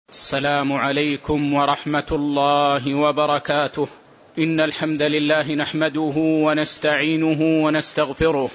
السلام عليكم ورحمة الله وبركاته. إن الحمد لله نحمده ونستعينه ونستغفره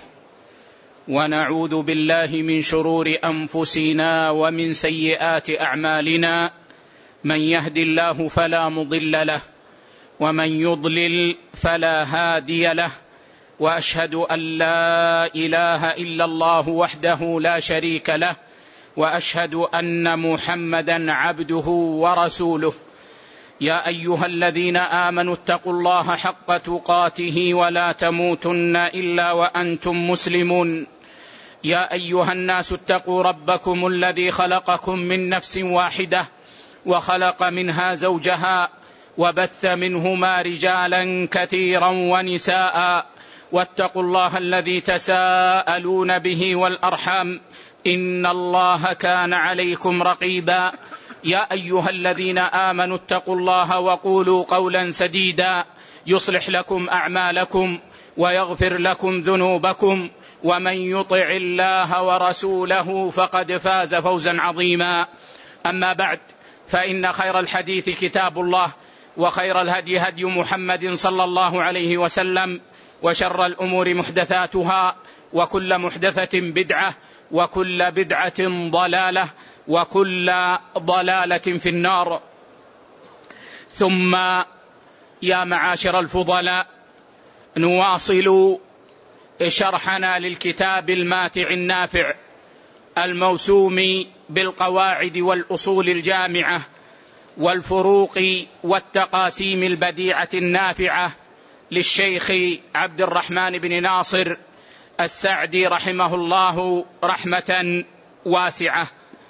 ونعوذ بالله من شرور أنفسنا ومن سيئات أعمالنا. من يهد الله فلا مضل له ومن يضلل فلا هادي له، وأشهد أن لا إله إلا الله وحده لا شريك له، وأشهد أن محمدا عبده ورسوله. يا أيها الذين آمنوا اتقوا الله حق تقاته ولا تموتن إلا وأنتم مسلمون. يا أيها الناس اتقوا ربكم الذي خلقكم من نفس واحدة وخلق منها زوجها وبث منهما رجالا كثيرا ونساء، واتقوا الله الذي تساءلون به والأرحام إن الله كان عليكم رقيبا. يا أيها الذين آمنوا اتقوا الله وقولوا قولا سديدا يصلح لكم أعمالكم ويغفر لكم ذنوبكم، ومن يطع الله ورسوله فقد فاز فوزا عظيما. أما بعد، فإن خير الحديث كتاب الله، وخير الهدي هدي محمد صلى الله عليه وسلم، وشر الأمور محدثاتها، وكل محدثة بدعة، وكل بدعة ضلالة، وكل ضلالة في النار. ثم يا معاشر الفضلاء، نواصل شرحنا للكتاب الماتع النافع الموسوم بالقواعد والأصول الجامعة والفروق والتقاسيم البديعة النافعة للشيخ عبد الرحمن بن ناصر السعدي رحمه الله رحمة واسعة.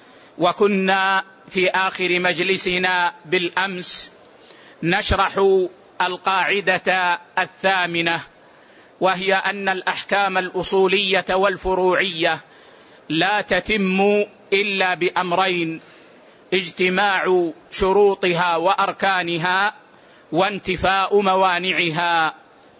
وكنا في آخر مجلسنا بالأمس نشرح القاعدة الثامنة، وهي أن الأحكام الأصولية والفروعية لا تتم إلا بأمرين: اجتماع شروطها وأركانها، وانتفاء موانعها.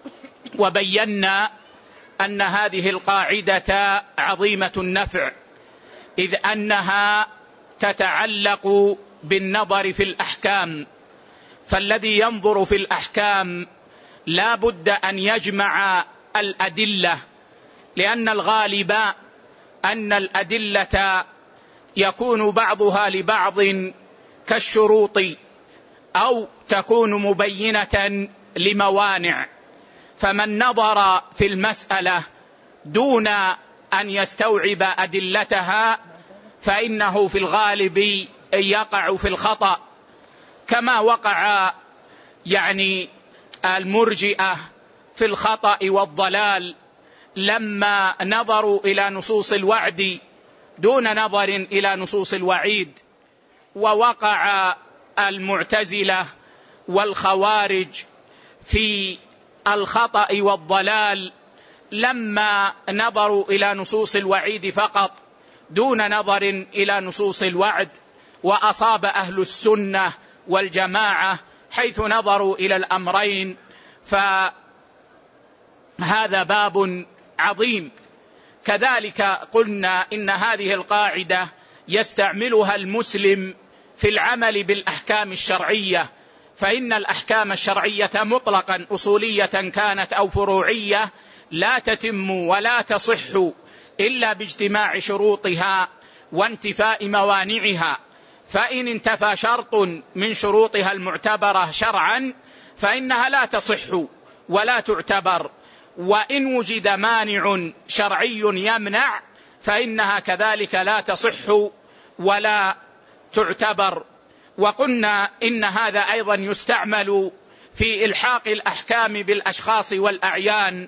وبينا أن هذه القاعدة عظيمة النفع، إذ أنها تتعلق بالنظر في الأحكام، فالذي ينظر في الأحكام لا بد أن يجمع الأدلة، لأن الغالب أن الأدلة يكون بعضها لبعض كالشروط، أو تكون مبينة لموانع. فمن نظر في المسألة دون أن يستوعب أدلتها فإنه في الغالب يقع في الخطأ، كما وقع المرجئة في الخطأ والضلال لما نظروا إلى نصوص الوعد دون نظر إلى نصوص الوعيد، ووقع المعتزلة والخوارج في الخطأ والضلال لما نظروا إلى نصوص الوعيد فقط دون نظر إلى نصوص الوعد. وأصاب أهل السنة والجماعة حيث نظروا إلى الأمرين، فهذا باب عظيم. كذلك قلنا إن هذه القاعدة يستعملها المسلم في العمل بالأحكام الشرعية، فإن الأحكام الشرعية مطلقا أصولية كانت أو فروعية لا تتم ولا تصح إلا باجتماع شروطها وانتفاء موانعها. فإن انتفى شرط من شروطها المعتبرة شرعا فإنها لا تصح ولا تعتبر، وإن وجد مانع شرعي يمنع فإنها كذلك لا تصح ولا تعتبر. وقلنا إن هذا أيضا يستعمل في إلحاق الأحكام بالأشخاص والأعيان،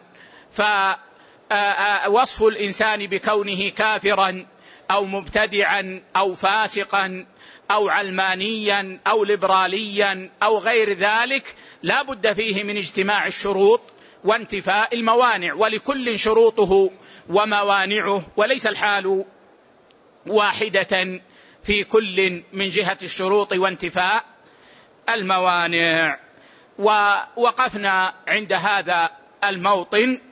فوصف الإنسان بكونه كافرا أو مبتدعا أو فاسقا أو علمانيا أو ليبراليا أو غير ذلك لا بد فيه من اجتماع الشروط وانتفاء الموانع، ولكل شروطه وموانعه، وليس الحال واحدة في كل من جهة الشروط وانتفاء الموانع. ووقفنا عند هذا الموطن،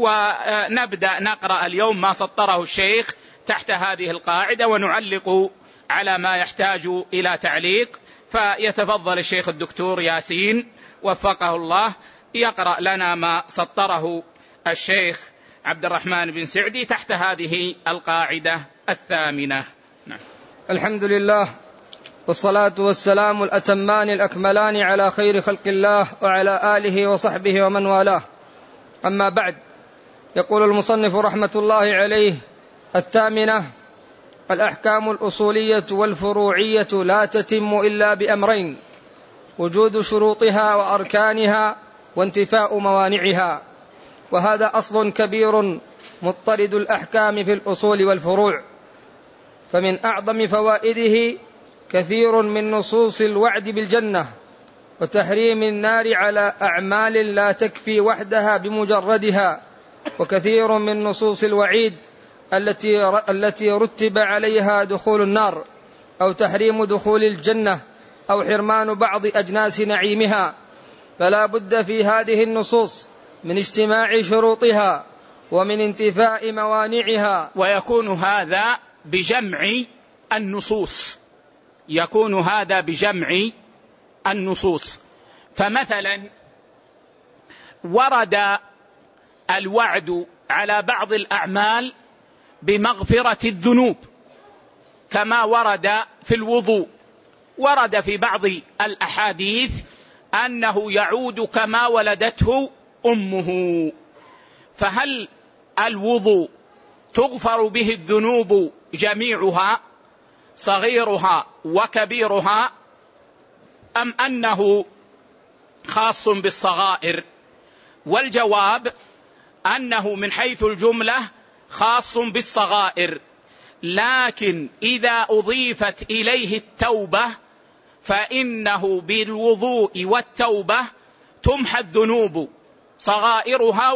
ونبدأ نقرأ اليوم ما سطره الشيخ تحت هذه القاعدة ونعلق على ما يحتاج إلى تعليق، فيتفضل الشيخ الدكتور ياسين وفقه الله يقرأ لنا ما سطره الشيخ عبد الرحمن بن سعدي تحت هذه القاعدة الثامنة. نعم. الحمد لله والصلاة والسلام الأتمان الأكملان على خير خلق الله وعلى آله وصحبه ومن والاه، أما بعد. يقول المصنف رحمة الله عليه: الثامنة: الأحكام الأصولية والفروعية لا تتم إلا بأمرين: وجود شروطها وأركانها وانتفاء موانعها. وهذا أصل كبير مضطرد الأحكام في الأصول والفروع، فمن أعظم فوائده كثير من نصوص الوعد بالجنة وتحريم النار على أعمال لا تكفي وحدها بمجردها، وكثير من نصوص الوعيد التي رتب عليها دخول النار أو تحريم دخول الجنة أو حرمان بعض أجناس نعيمها. فلا بد في هذه النصوص من اجتماع شروطها ومن انتفاء موانعها. ويكون هذا بجمع النصوص، يكون هذا بجمع النصوص. فمثلا ورد الوعد على بعض الأعمال بمغفرة الذنوب كما ورد في الوضوء، ورد في بعض الأحاديث أنه يعود كما ولدته أمه. فهل الوضوء تغفر به الذنوب جميعها صغيرها وكبيرها، أم أنه خاص بالصغائر؟ والجواب أنه من حيث الجملة خاص بالصغائر، لكن إذا أضيفت إليه التوبة فإنه بالوضوء والتوبة تمحى الذنوب صغائرها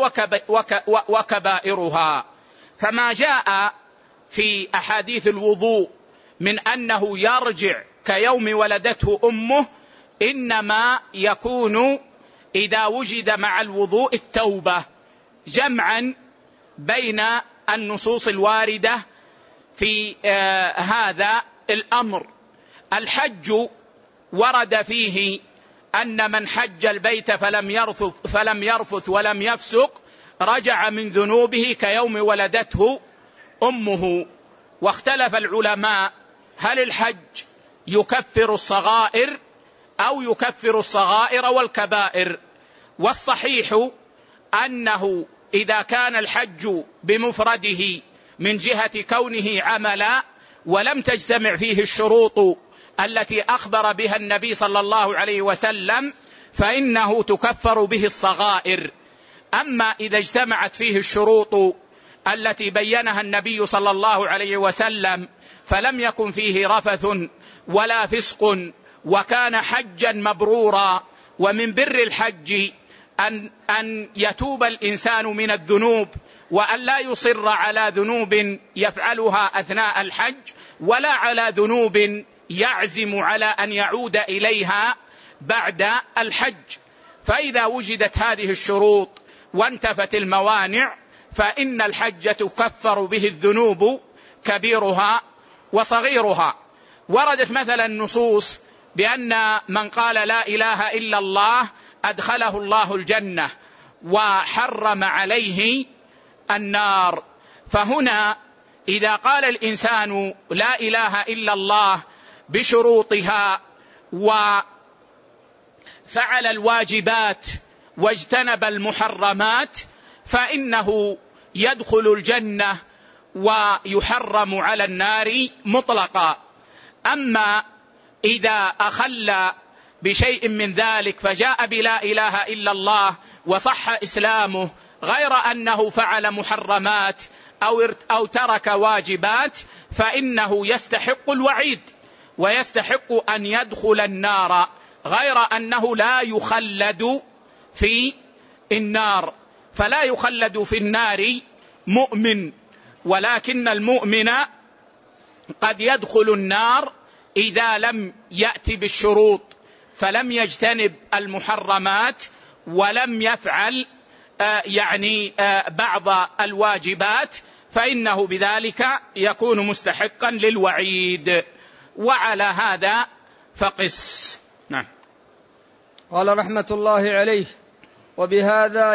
وكبائرها. فما جاء في أحاديث الوضوء من أنه يرجع كيوم ولدته أمه إنما يكون إذا وجد مع الوضوء التوبة، جمعا بين النصوص الواردة في هذا الأمر. الحج ورد فيه أن من حج البيت فلم يرفث ولم يفسق رجع من ذنوبه كيوم ولدته أمه. واختلف العلماء هل الحج يكفر الصغائر أو يكفر الصغائر والكبائر. والصحيح أنه إذا كان الحج بمفرده من جهة كونه عملا ولم تجتمع فيه الشروط التي أخبر بها النبي صلى الله عليه وسلم فإنه تكفر به الصغائر. أما إذا اجتمعت فيه الشروط التي بينها النبي صلى الله عليه وسلم فلم يكن فيه رفث ولا فسق وكان حجا مبرورا، ومن بر الحج أن يتوب الإنسان من الذنوب وأن لا يصر على ذنوب يفعلها أثناء الحج ولا على ذنوب يعزم على أن يعود إليها بعد الحج. فإذا وجدت هذه الشروط وانتفت الموانع فإن الحج تكفر به الذنوب كبيرها وصغيرها. وردت مثلا نصوص بأن من قال لا إله إلا الله أدخله الله الجنة وحرم عليه النار. فهنا إذا قال الإنسان لا إله إلا الله بشروطها وفعل الواجبات واجتنب المحرمات فإنه يدخل الجنة ويحرم على النار مطلقا. أما إذا أخل بشيء من ذلك فجاء بلا إله إلا الله وصح إسلامه غير أنه فعل محرمات أو ترك واجبات فإنه يستحق الوعيد ويستحق أن يدخل النار، غير أنه لا يخلد في النار. فلا يخلد في النار مؤمن، ولكن المؤمن قد يدخل النار إذا لم يأتي بالشروط فلم يجتنب المحرمات ولم يفعل بعض الواجبات، فإنه بذلك يكون مستحقا للوعيد. وعلى هذا فقس. نعم. قال رحمة الله عليه: وبهذا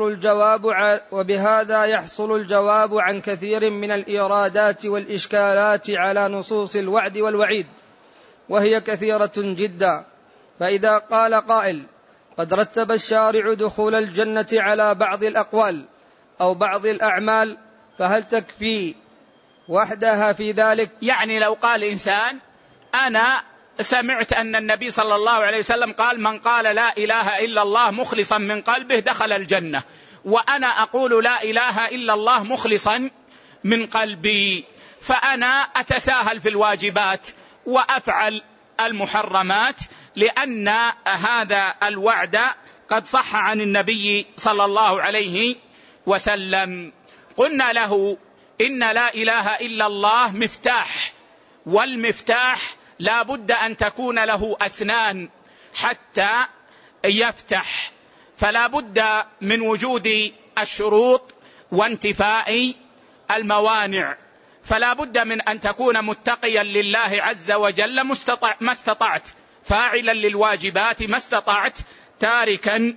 يحصل الجواب عن كثير من الإيرادات والإشكالات على نصوص الوعد والوعيد، وهي كثيرة جدا. فإذا قال قائل: قد رتب الشارع دخول الجنة على بعض الأقوال أو بعض الأعمال، فهل تكفي وحدها في ذلك؟ يعني لو قال إنسان: أنا سمعت أن النبي صلى الله عليه وسلم قال: من قال لا إله إلا الله مخلصا من قلبه دخل الجنة، وأنا أقول لا إله إلا الله مخلصا من قلبي، فأنا أتساهل في الواجبات وأفعل المحرمات، لأن هذا الوعد قد صح عن النبي صلى الله عليه وسلم. قلنا له: إن لا إله إلا الله مفتاح، والمفتاح لا بد أن تكون له أسنان حتى يفتح، فلا بد من وجود الشروط وانتفاء الموانع، فلا بد من أن تكون متقيا لله عز وجل ما استطعت، فاعلا للواجبات ما استطعت، تاركا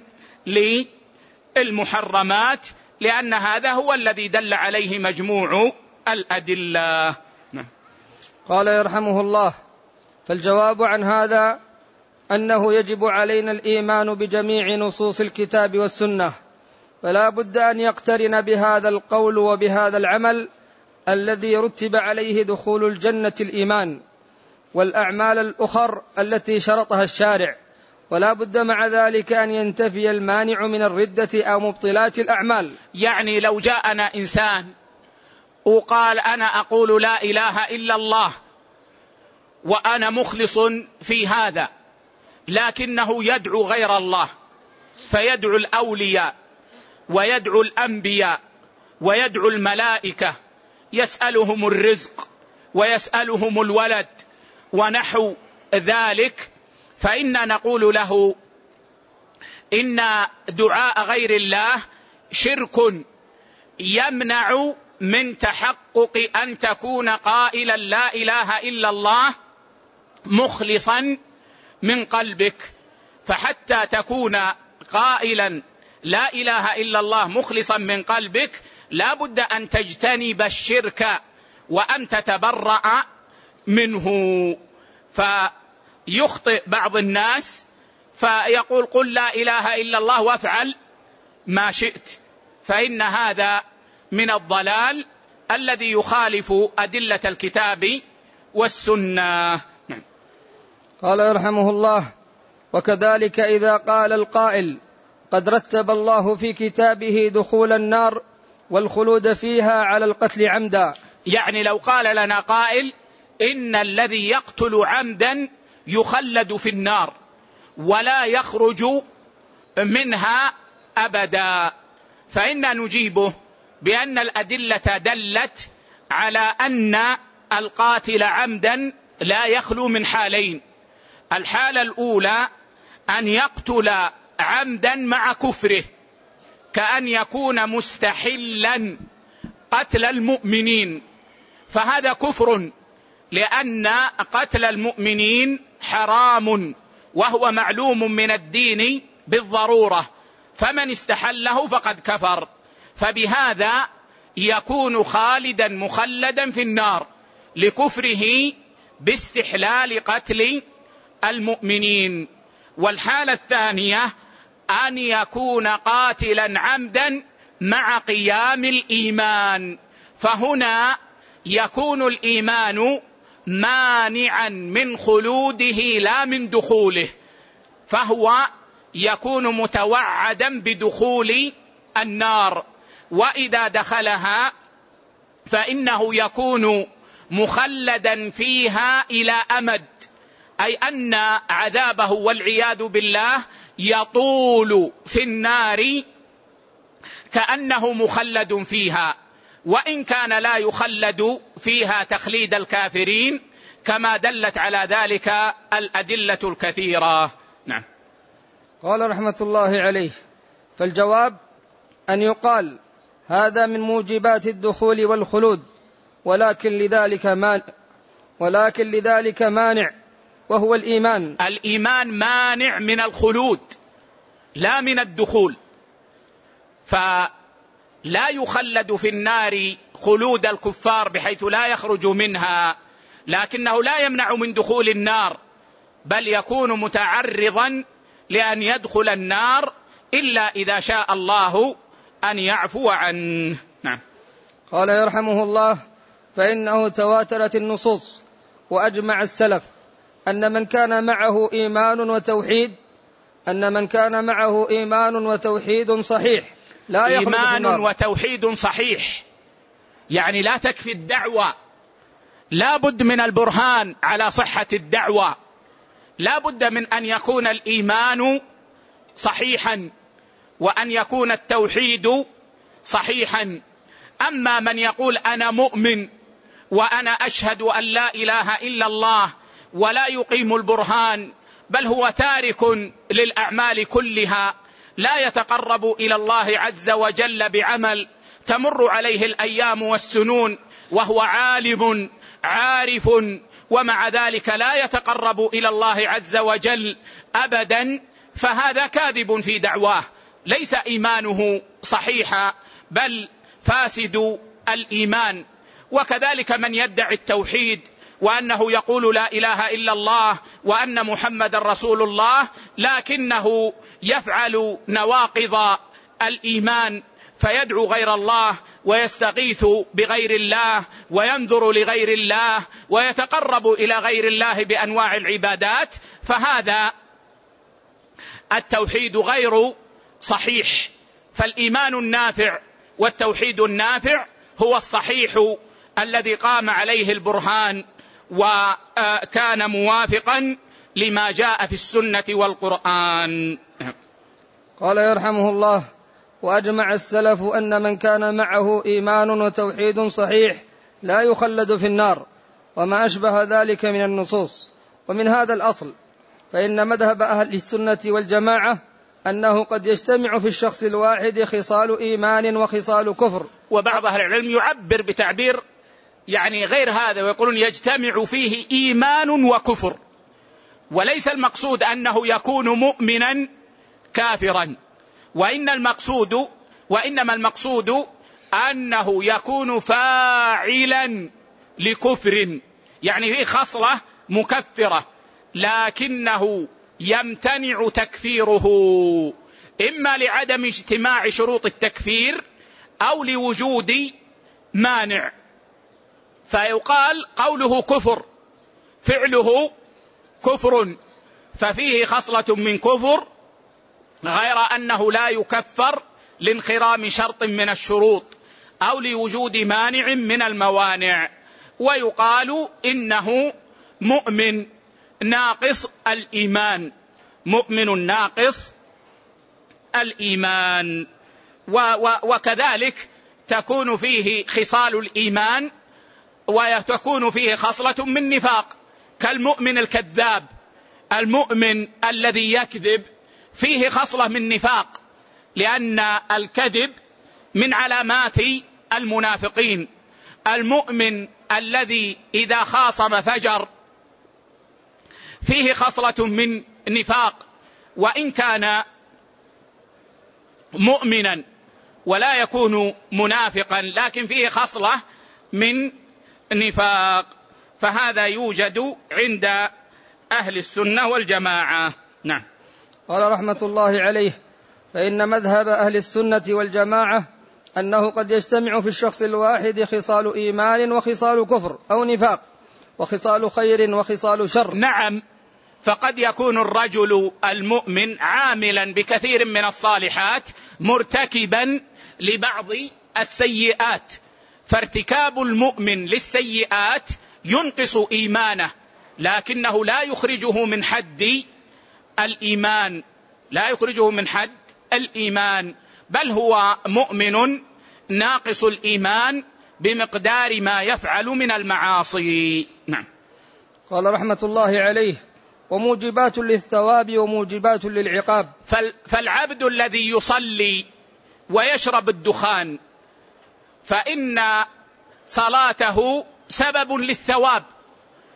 للمحرمات، لأن هذا هو الذي دل عليه مجموع الأدلة. قال يرحمه الله: فالجواب عن هذا أنه يجب علينا الإيمان بجميع نصوص الكتاب والسنة، فلا بد أن يقترن بهذا القول وبهذا العمل الذي رتب عليه دخول الجنة الإيمان والأعمال الأخر التي شرطها الشارع، ولا بد مع ذلك أن ينتفي المانع من الردة أو مبطلات الأعمال. يعني لو جاءنا إنسان وقال: أنا أقول لا إله إلا الله وأنا مخلص في هذا، لكنه يدعو غير الله، فيدعو الأولياء ويدعو الأنبياء ويدعو الملائكة، يسألهم الرزق ويسألهم الولد ونحو ذلك، فإنا نقول له: إن دعاء غير الله شرك يمنع من تحقق أن تكون قائلا لا إله إلا الله مخلصا من قلبك. فحتى تكون قائلا لا إله إلا الله مخلصا من قلبك لا بد أن تجتنب الشرك وأن تتبرأ منه. فيخطئ بعض الناس فيقول: قل لا إله إلا الله وافعل ما شئت، فإن هذا من الضلال الذي يخالف أدلة الكتاب والسنة. قال يرحمه الله: وكذلك إذا قال القائل: قد رتب الله في كتابه دخول النار والخلود فيها على القتل عمدا. يعني لو قال لنا قائل: إن الذي يقتل عمدا يخلد في النار ولا يخرج منها أبدا، فإنا نجيبه بأن الأدلة دلت على أن القاتل عمدا لا يخلو من حالين: الحالة الأولى أن يقتل عمدا مع كفره، كأن يكون مستحلا قتل المؤمنين، فهذا كفر، لأن قتل المؤمنين حرام وهو معلوم من الدين بالضرورة، فمن استحله فقد كفر، فبهذا يكون خالدا مخلدا في النار لكفره باستحلال قتل المؤمنين. والحالة الثانية أن يكون قاتلا عمدا مع قيام الإيمان، فهنا يكون الإيمان مانعا من خلوده لا من دخوله، فهو يكون متوعدا بدخول النار، وإذا دخلها فإنه يكون مخلدا فيها إلى أمد، أي أن عذابه والعياذ بالله يطول في النار كأنه مخلد فيها، وإن كان لا يخلد فيها تخليد الكافرين كما دلت على ذلك الأدلة الكثيرة. نعم. قال رحمة الله عليه: فالجواب أن يقال هذا من موجبات الدخول والخلود، ولكن لذلك مانع، ولكن لذلك مانع، وهو الإيمان. الإيمان مانع من الخلود لا من الدخول، فلا يخلد في النار خلود الكفار بحيث لا يخرج منها، لكنه لا يمنع من دخول النار، بل يكون متعرضا لأن يدخل النار إلا إذا شاء الله أن يعفو عنه. نعم. قال يرحمه الله: فإنه تواترت النصوص وأجمع السلف أن من كان معه إيمان وتوحيد صحيح لا يخلد في النار. إيمان وتوحيد صحيح يعني لا تكفي الدعوة، لا بد من البرهان على صحة الدعوة، لا بد من أن يكون الإيمان صحيحا وأن يكون التوحيد صحيحا. أما من يقول أنا مؤمن وأنا أشهد أن لا إله إلا الله ولا يقيم البرهان، بل هو تارك للأعمال كلها، لا يتقرب إلى الله عز وجل بعمل، تمر عليه الأيام والسنون وهو عالم عارف، ومع ذلك لا يتقرب إلى الله عز وجل أبدا، فهذا كاذب في دعواه، ليس إيمانه صحيحا بل فاسد الإيمان. وكذلك من يدعي التوحيد وأنه يقول لا إله إلا الله وأن محمد رسول الله، لكنه يفعل نواقض الإيمان، فيدعو غير الله ويستغيث بغير الله وينذر لغير الله ويتقرب إلى غير الله بأنواع العبادات، فهذا التوحيد غير صحيح. فالإيمان النافع والتوحيد النافع هو الصحيح الذي قام عليه البرهان وكان موافقا لما جاء في السنة والقرآن. قال يرحمه الله: وأجمع السلف أن من كان معه إيمان وتوحيد صحيح لا يخلد في النار، وما أشبه ذلك من النصوص. ومن هذا الأصل فإن مذهب أهل السنة والجماعة أنه قد يجتمع في الشخص الواحد خصال إيمان وخصال كفر. وبعض أهل العلم يعبر بتعبير يعني غير هذا ويقولون يجتمع فيه إيمان وكفر، وليس المقصود أنه يكون مؤمنا كافرا، وإنما المقصود أنه يكون فاعلا لكفر، يعني فيه خصلة مكفرة لكنه يمتنع تكفيره إما لعدم اجتماع شروط التكفير أو لوجود مانع، فيقال قوله كفر فعله كفر، ففيه خصلة من كفر غير أنه لا يكفر لانخرام شرط من الشروط أو لوجود مانع من الموانع، ويقال إنه مؤمن ناقص الإيمان، مؤمن ناقص الإيمان. وكذلك تكون فيه خصال الإيمان وتكون فيه خصلة من نفاق كالمؤمن الكذاب، المؤمن الذي يكذب فيه خصلة من نفاق، لأن الكذب من علامات المنافقين. المؤمن الذي إذا خاصم فجر فيه خصلة من نفاق، وإن كان مؤمنا ولا يكون منافقا لكن فيه خصلة من نفاق، فهذا يوجد عند أهل السنة والجماعة. نعم. قال رحمة الله عليه: فإن مذهب أهل السنة والجماعة أنه قد يجتمع في الشخص الواحد خصال إيمان وخصال كفر أو نفاق، وخصال خير وخصال شر. نعم، فقد يكون الرجل المؤمن عاملا بكثير من الصالحات مرتكبا لبعض السيئات، فارتكاب المؤمن للسيئات ينقص إيمانه، لكنه لا يخرجه من حد الإيمان، لا يخرجه من حد الإيمان، بل هو مؤمن ناقص الإيمان بمقدار ما يفعل من المعاصي. نعم. قال رحمة الله عليه: وموجبات للثواب وموجبات للعقاب. فالعبد الذي يصلي ويشرب الدخان فإن صلاته سبب للثواب،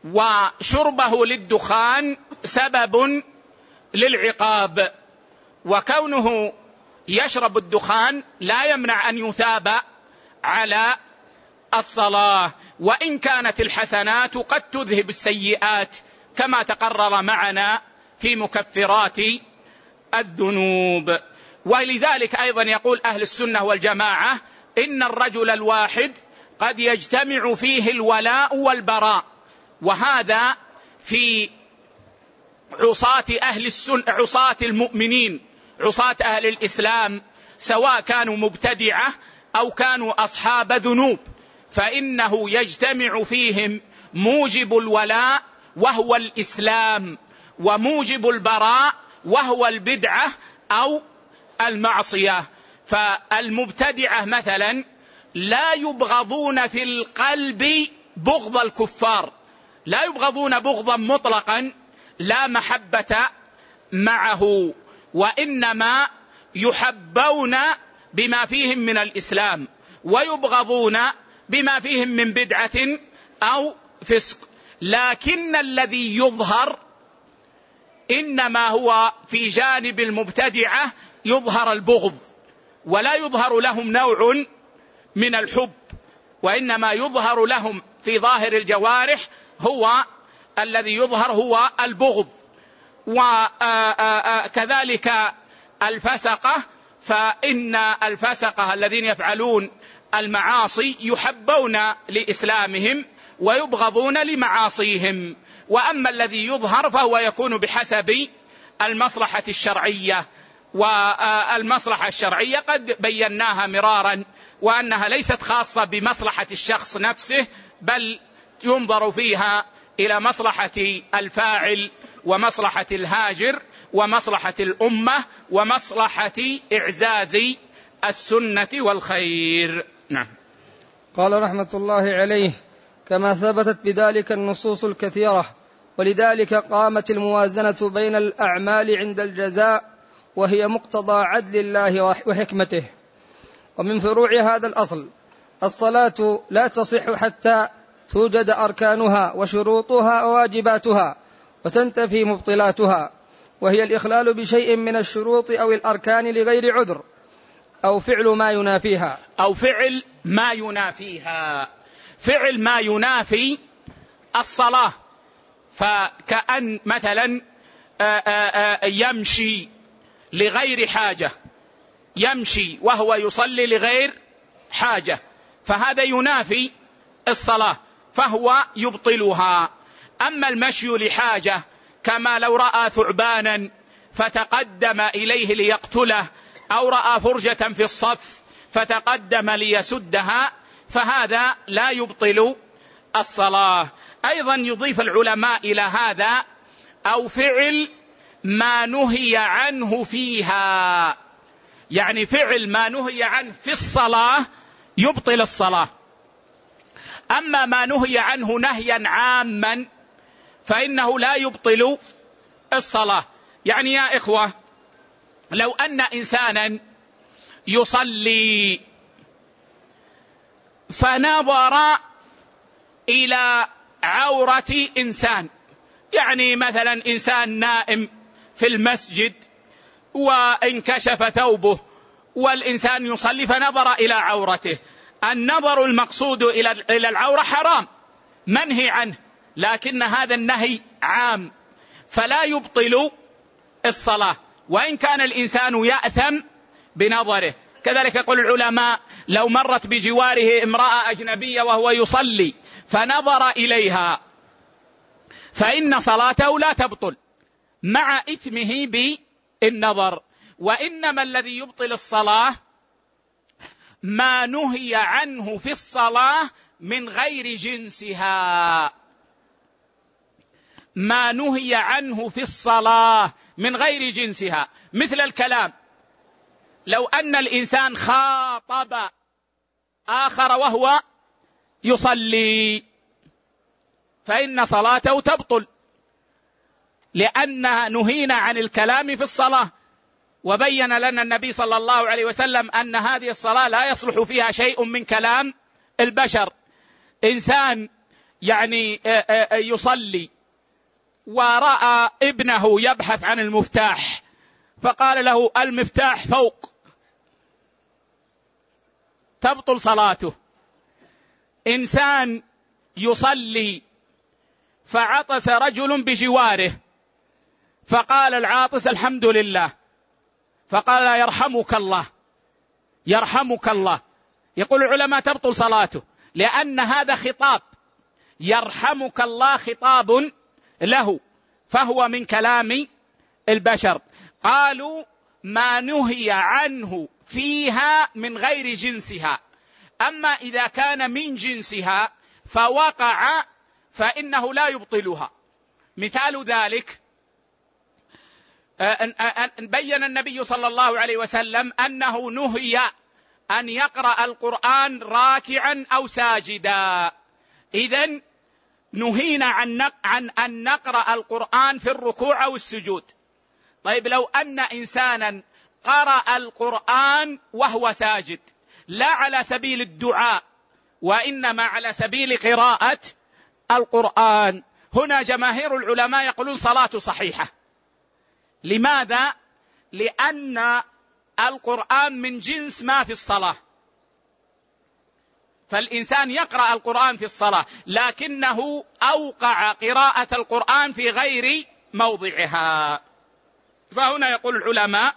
وشربه للدخان سبب للعقاب، وكونه يشرب الدخان لا يمنع أن يثاب على الصلاة، وإن كانت الحسنات قد تذهب السيئات كما تقرر معنا في مكفرات الذنوب. ولذلك أيضا يقول أهل السنة والجماعة إن الرجل الواحد قد يجتمع فيه الولاء والبراء، وهذا في عصاة أهل السنة، عصاة المؤمنين، عصاة أهل الإسلام، سواء كانوا مبتدعة أو كانوا أصحاب ذنوب، فإنه يجتمع فيهم موجب الولاء وهو الإسلام، وموجب البراء وهو البدعة أو المعصية. فالمبتدعة مثلا لا يبغضون في القلب بغض الكفار، لا يبغضون بغضا مطلقا لا محبة معه، وإنما يحبون بما فيهم من الإسلام ويبغضون بما فيهم من بدعة أو فسق. لكن الذي يظهر إنما هو في جانب المبتدعة يظهر البغض، ولا يظهر لهم نوع من الحب، وإنما يظهر لهم في ظاهر الجوارح هو الذي يظهر هو البغض. وكذلك الفسقة، فإن الفسقة الذين يفعلون المعاصي يحبون لإسلامهم ويبغضون لمعاصيهم. وأما الذي يظهر فهو يكون بحسب المصلحة الشرعية، والمصلحة الشرعية قد بيناها مرارا، وأنها ليست خاصة بمصلحة الشخص نفسه، بل ينظر فيها إلى مصلحة الفاعل ومصلحة الهاجر ومصلحة الأمة ومصلحة إعزاز السنة والخير. نعم. قال رحمة الله عليه: كما ثبتت بذلك النصوص الكثيرة، ولذلك قامت الموازنة بين الأعمال عند الجزاء، وهي مقتضى عدل الله وحكمته. ومن فروع هذا الأصل الصلاة لا تصح حتى توجد أركانها وشروطها وواجباتها وتنتفي مبطلاتها، وهي الإخلال بشيء من الشروط أو الأركان لغير عذر، أو فعل ما ينافيها، أو فعل ما ينافيها. فعل ما ينافي الصلاة، فكأن مثلا يمشي لغير حاجة، يمشي وهو يصلي لغير حاجة، فهذا ينافي الصلاة فهو يبطلها. أما المشي لحاجة، كما لو رأى ثعبانا فتقدم إليه ليقتله، أو رأى فرجة في الصف فتقدم ليسدها، فهذا لا يبطل الصلاة. أيضا يضيف العلماء إلى هذا: أو فعل ما نهي عنه فيها، يعني فعل ما نهي عنه في الصلاة يبطل الصلاة. أما ما نهي عنه نهيا عاما فإنه لا يبطل الصلاة. يعني يا إخوة، لو أن إنسانا يصلي فنظر إلى عورة إنسان، يعني مثلا إنسان نائم في المسجد وانكشف ثوبه والإنسان يصلي فنظر إلى عورته، النظر المقصود إلى العورة حرام منهي عنه، لكن هذا النهي عام فلا يبطل الصلاة، وإن كان الإنسان يأثم بنظره. كذلك يقول العلماء: لو مرت بجواره امرأة أجنبية وهو يصلي فنظر إليها فإن صلاته لا تبطل مع إثمه بالنظر. وإنما الذي يبطل الصلاة ما نهي عنه في الصلاة من غير جنسها، ما نهي عنه في الصلاة من غير جنسها، مثل الكلام. لو أن الإنسان خاطب آخر وهو يصلي فإن صلاته تبطل، لأنها نهينا عن الكلام في الصلاة، وبين لنا النبي صلى الله عليه وسلم أن هذه الصلاة لا يصلح فيها شيء من كلام البشر. إنسان يعني يصلي ورأى ابنه يبحث عن المفتاح فقال له المفتاح فوق، تبطل صلاته. إنسان يصلي فعطس رجل بجواره فقال العاطس الحمد لله، فقال يرحمك الله يرحمك الله. يقول العلماء تبطل صلاته، لأن هذا خطاب، يرحمك الله خطاب له، فهو من كلام البشر. قالوا ما نهي عنه فيها من غير جنسها، أما إذا كان من جنسها فوقع فإنه لا يبطلها. مثال ذلك بين النبي صلى الله عليه وسلم أنه نهي أن يقرأ القرآن راكعا أو ساجدا، إذن نهينا عن أن نقرأ القرآن في الركوع أو السجود. طيب لو أن إنسانا قرأ القرآن وهو ساجد، لا على سبيل الدعاء وإنما على سبيل قراءة القرآن، هنا جماهير العلماء يقولون صلاته صحيحة. لماذا؟ لأن القرآن من جنس ما في الصلاة، فالإنسان يقرأ القرآن في الصلاة لكنه أوقع قراءة القرآن في غير موضعها. فهنا يقول العلماء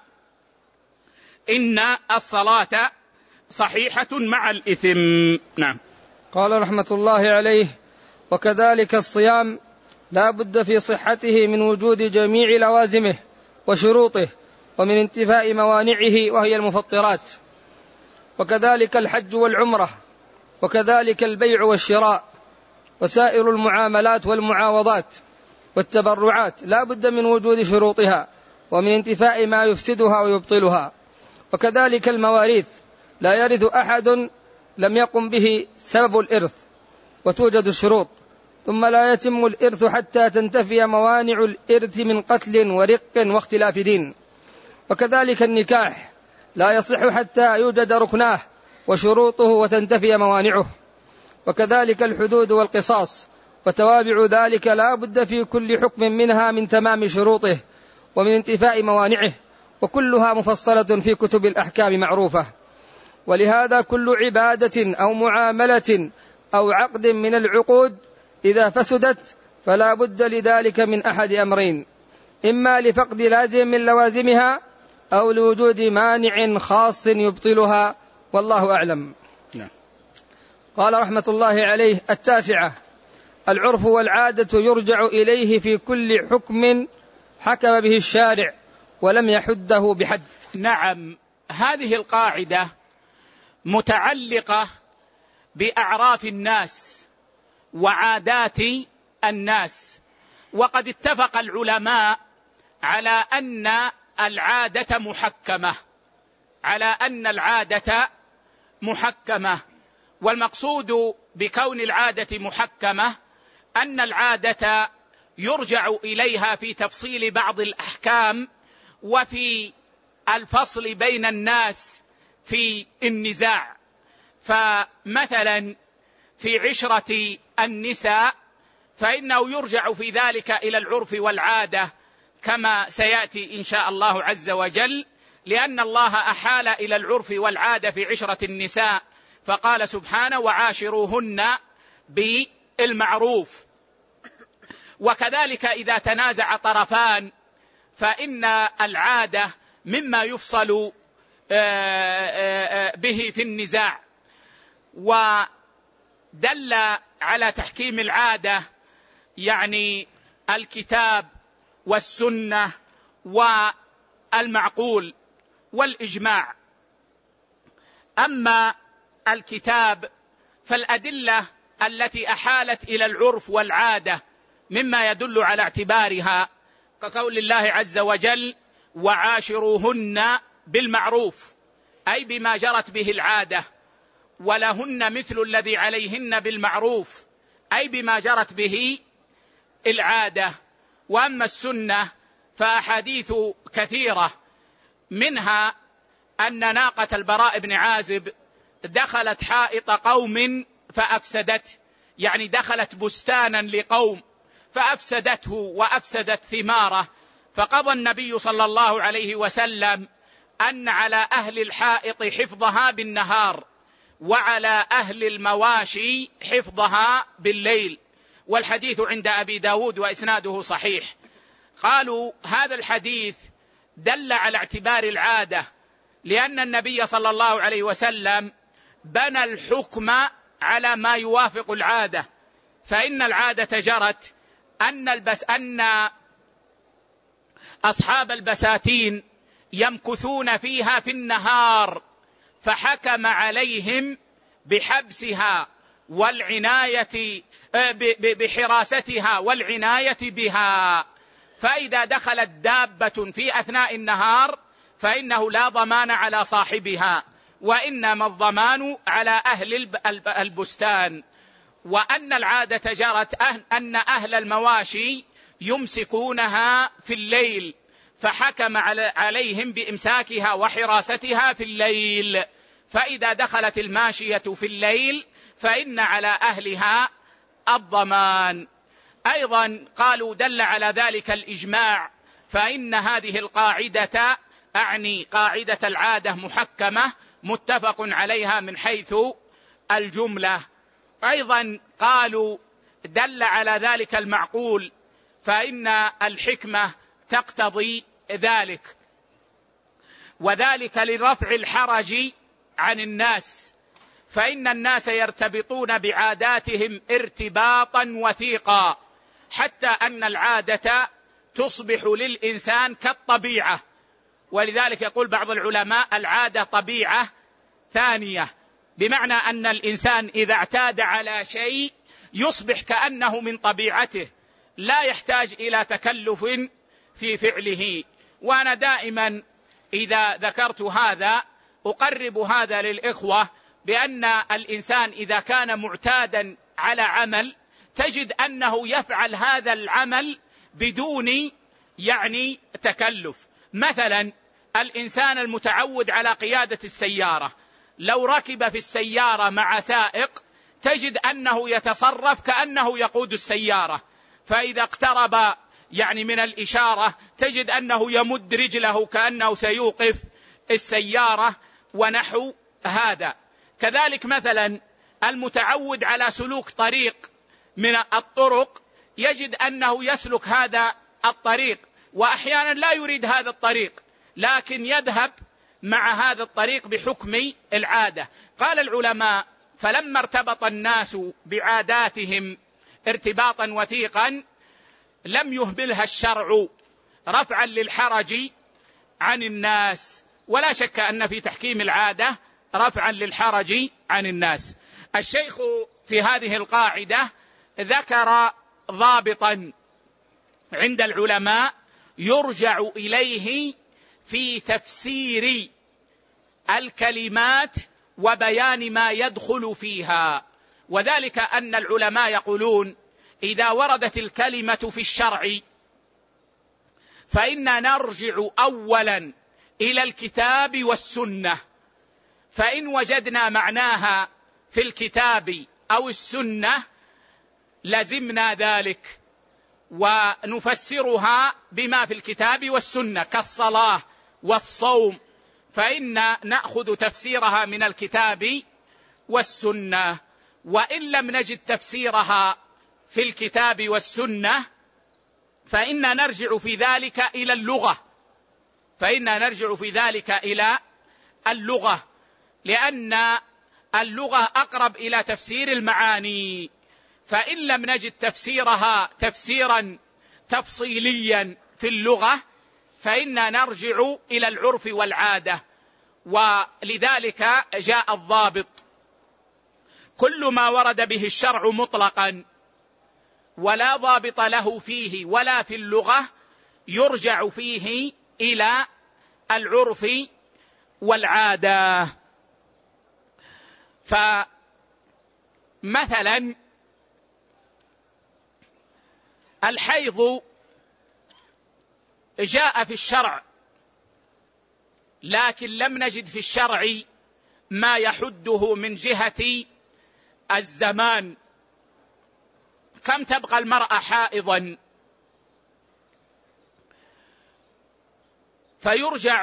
إن الصلاة صحيحة مع الإثم. نعم. قال رحمة الله عليه: وكذلك الصيام لا بد في صحته من وجود جميع لوازمه وشروطه ومن انتفاء موانعه وهي المفطرات، وكذلك الحج والعمرة، وكذلك البيع والشراء وسائر المعاملات والمعاوضات والتبرعات لا بد من وجود شروطها ومن انتفاء ما يفسدها ويبطلها. وكذلك المواريث لا يرث أحد لم يقم به سبب الإرث وتوجد الشروط، ثم لا يتم الإرث حتى تنتفي موانع الإرث من قتل ورق واختلاف دين. وكذلك النكاح لا يصح حتى يوجد ركناه وشروطه وتنتفي موانعه. وكذلك الحدود والقصاص وتوابع ذلك لا بد في كل حكم منها من تمام شروطه ومن انتفاء موانعه، وكلها مفصلة في كتب الأحكام معروفة. ولهذا كل عبادة أو معاملة أو عقد من العقود إذا فسدت فلا بد لذلك من أحد أمرين: إما لفقد لازم من لوازمها أو لوجود مانع خاص يبطلها، والله أعلم. قال رحمة الله عليه: 9. العرف والعادة يرجع إليه في كل حكم حكم به الشارع ولم يحده بحد. نعم، هذه القاعدة متعلقة بأعراف الناس وعادات الناس، وقد اتفق العلماء على أن العادة محكمة، والمقصود بكون العادة محكمة أن العادة يرجع إليها في تفصيل بعض الأحكام وفي الفصل بين الناس في النزاع. فمثلا في عشرة النساء فإنه يرجع في ذلك إلى العرف والعادة كما سيأتي إن شاء الله عز وجل، لأن الله أحال إلى العرف والعادة في عشرة النساء فقال سبحانه: وعاشروهن بالمعروف. وكذلك إذا تنازع طرفان فإن العادة مما يفصل به في النزاع. ودل على تحكيم العادة يعني الكتاب والسنة والمعقول والإجماع. أما الكتاب فالأدلة التي أحالت إلى العرف والعادة مما يدل على اعتبارها كقول الله عز وجل: وعاشروهن بالمعروف، أي بما جرت به العادة، ولهن مثل الذي عليهن بالمعروف، أي بما جرت به العادة. وأما السنة فأحاديث كثيرة، منها أن ناقة البراء بن عازب دخلت حائط قوم فأفسدت، يعني دخلت بستانا لقوم فأفسدته وأفسدت ثماره، فقضى النبي صلى الله عليه وسلم أن على أهل الحائط حفظها بالنهار وعلى أهل المواشي حفظها بالليل، والحديث عند أبي داود وإسناده صحيح. قالوا هذا الحديث دل على اعتبار العادة، لأن النبي صلى الله عليه وسلم بنى الحكم على ما يوافق العادة، فإن العادة جرت أن أصحاب البساتين يمكثون فيها في النهار، فحكم عليهم بحبسها والعناية بحراستها والعناية بها، فإذا دخلت دابة في أثناء النهار فإنه لا ضمان على صاحبها، وإنما الضمان على أهل البستان. وأن العادة جرت أن أهل المواشي يمسكونها في الليل، فحكم عليهم بإمساكها وحراستها في الليل، فإذا دخلت الماشية في الليل فإن على أهلها الضمان. أيضا قالوا دل على ذلك الإجماع، فإن هذه القاعدة أعني قاعدة العادة محكمة متفق عليها من حيث الجملة. أيضا قالوا دل على ذلك المعقول، فإن الحكمة تقتضي ذلك، وذلك لرفع الحرج عن الناس، فإن الناس يرتبطون بعاداتهم ارتباطا وثيقا، حتى أن العادة تصبح للإنسان كالطبيعة، ولذلك يقول بعض العلماء العادة طبيعة ثانية، بمعنى أن الإنسان إذا اعتاد على شيء يصبح كأنه من طبيعته، لا يحتاج إلى تكلف في فعله. وأنا دائما إذا ذكرت هذا أقرب هذا للإخوة، بأن الإنسان إذا كان معتادا على عمل تجد أنه يفعل هذا العمل بدون تكلف. مثلا الإنسان المتعود على قيادة السيارة لو ركب في السيارة مع سائق تجد أنه يتصرف كأنه يقود السيارة، فإذا اقترب من الإشارة تجد أنه يمد رجله كأنه سيوقف السيارة ونحو هذا. كذلك مثلا المتعود على سلوك طريق من الطرق يجد أنه يسلك هذا الطريق، وأحيانا لا يريد هذا الطريق لكن يذهب مع هذا الطريق بحكم العادة. قال العلماء فلما ارتبط الناس بعاداتهم ارتباطا وثيقا لم يهملها الشرع رفعا للحرج عن الناس، ولا شك أن في تحكيم العادة رفعا للحرج عن الناس. الشيخ في هذه القاعدة ذكر ضابطا عند العلماء يرجع إليه في تفسير الكلمات وبيان ما يدخل فيها، وذلك أن العلماء يقولون إذا وردت الكلمة في الشرع فإن نرجع أولا إلى الكتاب والسنة، فإن وجدنا معناها في الكتاب أو السنة لزمنا ذلك ونفسرها بما في الكتاب والسنة كالصلاة والصوم، فإن نأخذ تفسيرها من الكتاب والسنة. وإن لم نجد تفسيرها في الكتاب والسنة فإن نرجع في ذلك إلى اللغة، لأن اللغة أقرب إلى تفسير المعاني، فإن لم نجد تفسيرها تفسيرا تفصيليا في اللغة فإن نرجع إلى العرف والعادة. ولذلك جاء الضابط: كل ما ورد به الشرع مطلقا ولا ضابط له فيه ولا في اللغة يرجع فيه إلى العرف والعادة. فمثلا الحيض جاء في الشرع لكن لم نجد في الشرع ما يحده من جهة الزمان كم تبقى المرأة حائضا؟ فيرجع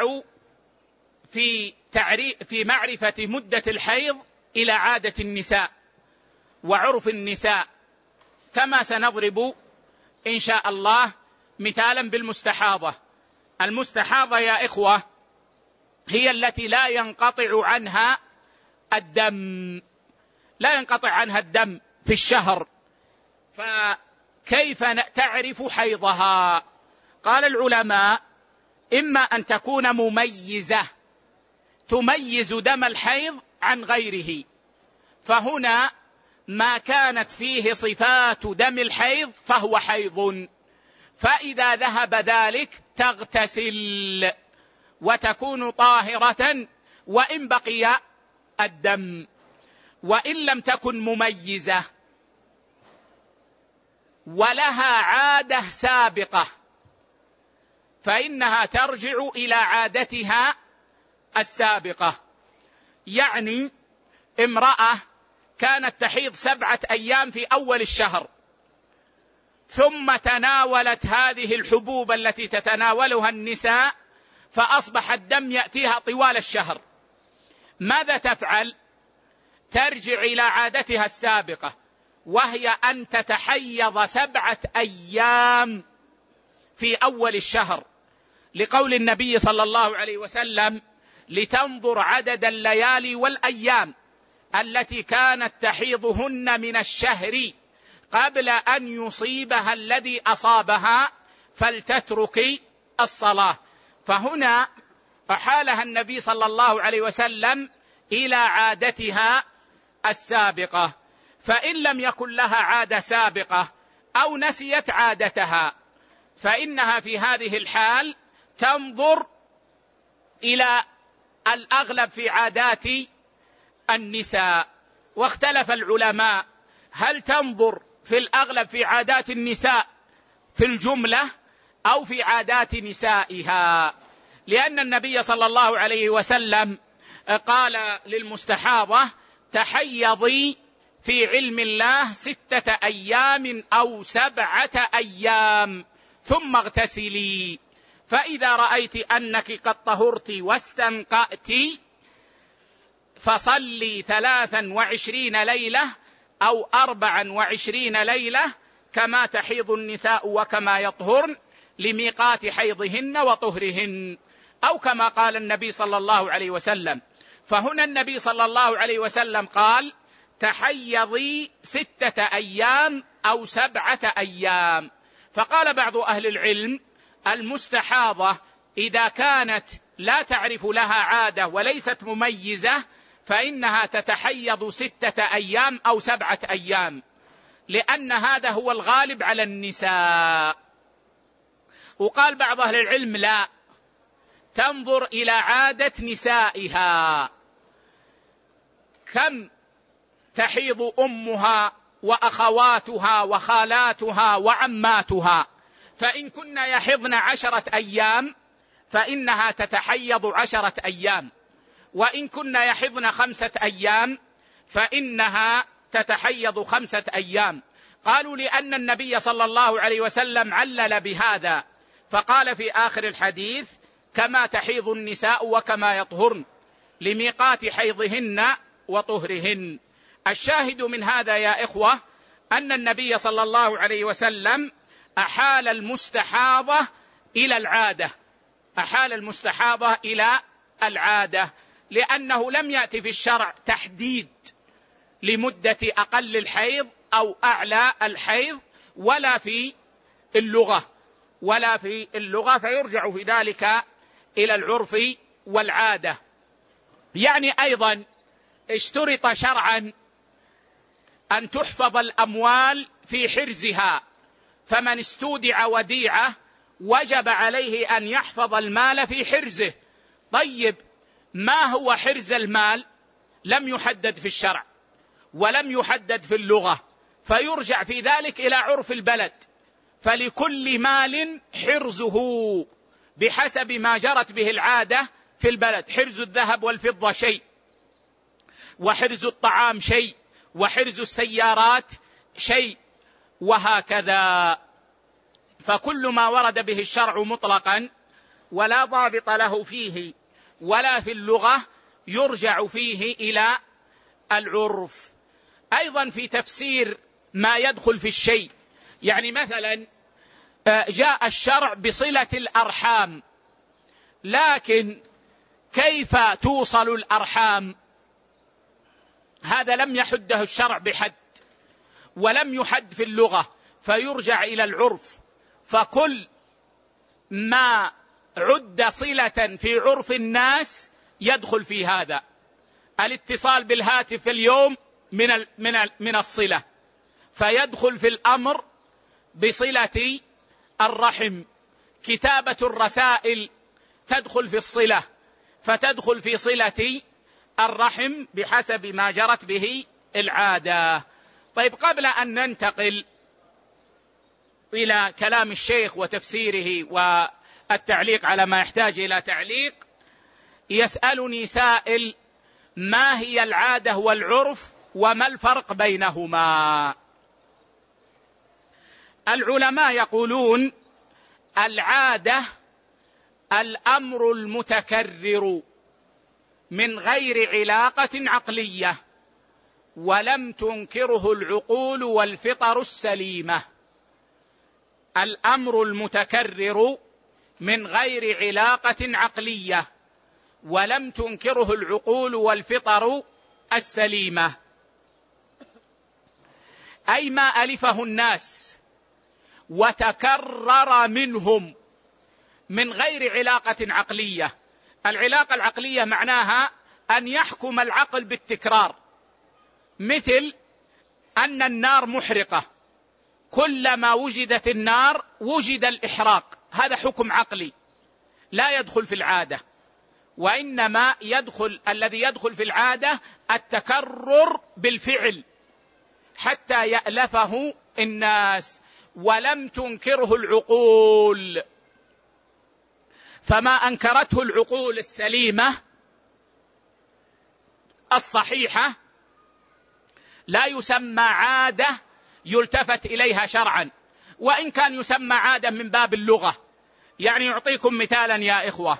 في معرفة مدة الحيض إلى عادة النساء وعرف النساء، كما سنضرب إن شاء الله مثالا بالمستحاضة. المستحاضة يا إخوة هي التي لا ينقطع عنها الدم، لا ينقطع عنها الدم في الشهر، فكيف تعرف حيضها؟ قال العلماء: إما أن تكون مميزة تميز دم الحيض عن غيره، فهنا ما كانت فيه صفات دم الحيض فهو حيض، فإذا ذهب ذلك تغتسل وتكون طاهرة وإن بقي الدم. وإن لم تكن مميزة ولها عادة سابقة فإنها ترجع إلى عادتها السابقة. يعني امرأة كانت تحيض 7 أيام في أول الشهر، ثم تناولت هذه الحبوب التي تتناولها النساء فأصبح الدم يأتيها طوال الشهر، ماذا تفعل؟ ترجع إلى عادتها السابقة، وهي أن تتحيض 7 أيام في أول الشهر، لقول النبي صلى الله عليه وسلم: لتنظر عدد الليالي والأيام التي كانت تحيضهن من الشهر قبل أن يصيبها الذي أصابها فلتترك الصلاة. فهنا أحالها النبي صلى الله عليه وسلم إلى عادتها السابقة. فإن لم يكن لها عادة سابقة أو نسيت عادتها فإنها في هذه الحال تنظر إلى الأغلب في عادات النساء. واختلف العلماء هل تنظر في الأغلب في عادات النساء في الجملة أو في عادات نسائها، لأن النبي صلى الله عليه وسلم قال للمستحاضة: تحيضي في علم الله 6 أيام أو 7 أيام ثم اغتسلي، فإذا رأيت أنك قد طهرت واستنقأت فصلي 23 ليلة أو 24 ليلة كما تحيض النساء وكما يطهرن لميقات حيضهن وطهرهن، أو كما قال النبي صلى الله عليه وسلم. فهنا النبي صلى الله عليه وسلم قال: تحيضي 6 أيام أو 7 أيام. فقال بعض أهل العلم: المستحاضة إذا كانت لا تعرف لها عادة وليست مميزة فإنها تتحيض 6 أيام أو 7 أيام، لأن هذا هو الغالب على النساء. وقال بعض أهل العلم: لا، تنظر إلى عادة نسائها، كم تحيض أمها وأخواتها وخالاتها وعماتها، فإن كن يحضن 10 أيام فإنها تتحيض 10 أيام، وإن كن يحضن 5 أيام فإنها تتحيض 5 أيام. قالوا: لأن النبي صلى الله عليه وسلم علل بهذا، فقال في آخر الحديث: كما تحيض النساء وكما يطهرن لميقات حيضهن وطهرهن. الشاهد من هذا يا إخوة أن النبي صلى الله عليه وسلم أحال المستحاضة إلى العادة، أحال المستحاضة إلى العادة، لأنه لم يأتي في الشرع تحديد لمدة أقل الحيض أو أعلى الحيض ولا في اللغة، فيرجع في ذلك إلى العرف والعادة. يعني أيضا اشترط شرعا أن تحفظ الأموال في حرزها، فمن استودع وديعة وجب عليه أن يحفظ المال في حرزه. طيب، ما هو حرز المال؟ لم يحدد في الشرع ولم يحدد في اللغة، فيرجع في ذلك إلى عرف البلد، فلكل مال حرزه بحسب ما جرت به العادة في البلد. حرز الذهب والفضة شيء، وحرز الطعام شيء، وحرز السيارات شيء، وهكذا. فكل ما ورد به الشرع مطلقا ولا ضابط له فيه ولا في اللغة يرجع فيه إلى العرف. أيضا في تفسير ما يدخل في الشيء، يعني مثلا جاء الشرع بصلة الأرحام، لكن كيف توصل الأرحام؟ هذا لم يحده الشرع بحد ولم يحد في اللغة، فيرجع إلى العرف. فكل ما عد صلة في عرف الناس يدخل في هذا. الاتصال بالهاتف اليوم من الصلة، فيدخل في الأمر بصلة الرحم. كتابة الرسائل تدخل في الصلة، فتدخل في صلة الرحم بحسب ما جرت به العادة. طيب، قبل أن ننتقل إلى كلام الشيخ وتفسيره والتعليق على ما يحتاج إلى تعليق، يسألني سائل: ما هي العادة والعرف وما الفرق بينهما؟ العلماء يقولون العادة الأمر المتكرر من غير علاقة عقلية ولم تنكره العقول والفطر السليمة. الأمر المتكرر من غير علاقة عقلية ولم تنكره العقول والفطر السليمة، أي ما ألفه الناس وتكرر منهم من غير علاقة عقلية. العلاقة العقلية معناها أن يحكم العقل بالتكرار، مثل أن النار محرقة، كلما وجدت النار وجد الإحراق، هذا حكم عقلي لا يدخل في العادة. وإنما الذي يدخل في العادة التكرر بالفعل حتى يألفه الناس، ولم تنكره العقول. فما أنكرته العقول السليمة الصحيحة لا يسمى عادة يلتفت إليها شرعا، وإن كان يسمى عادة من باب اللغة. يعني يعطيكم مثالا يا إخوة: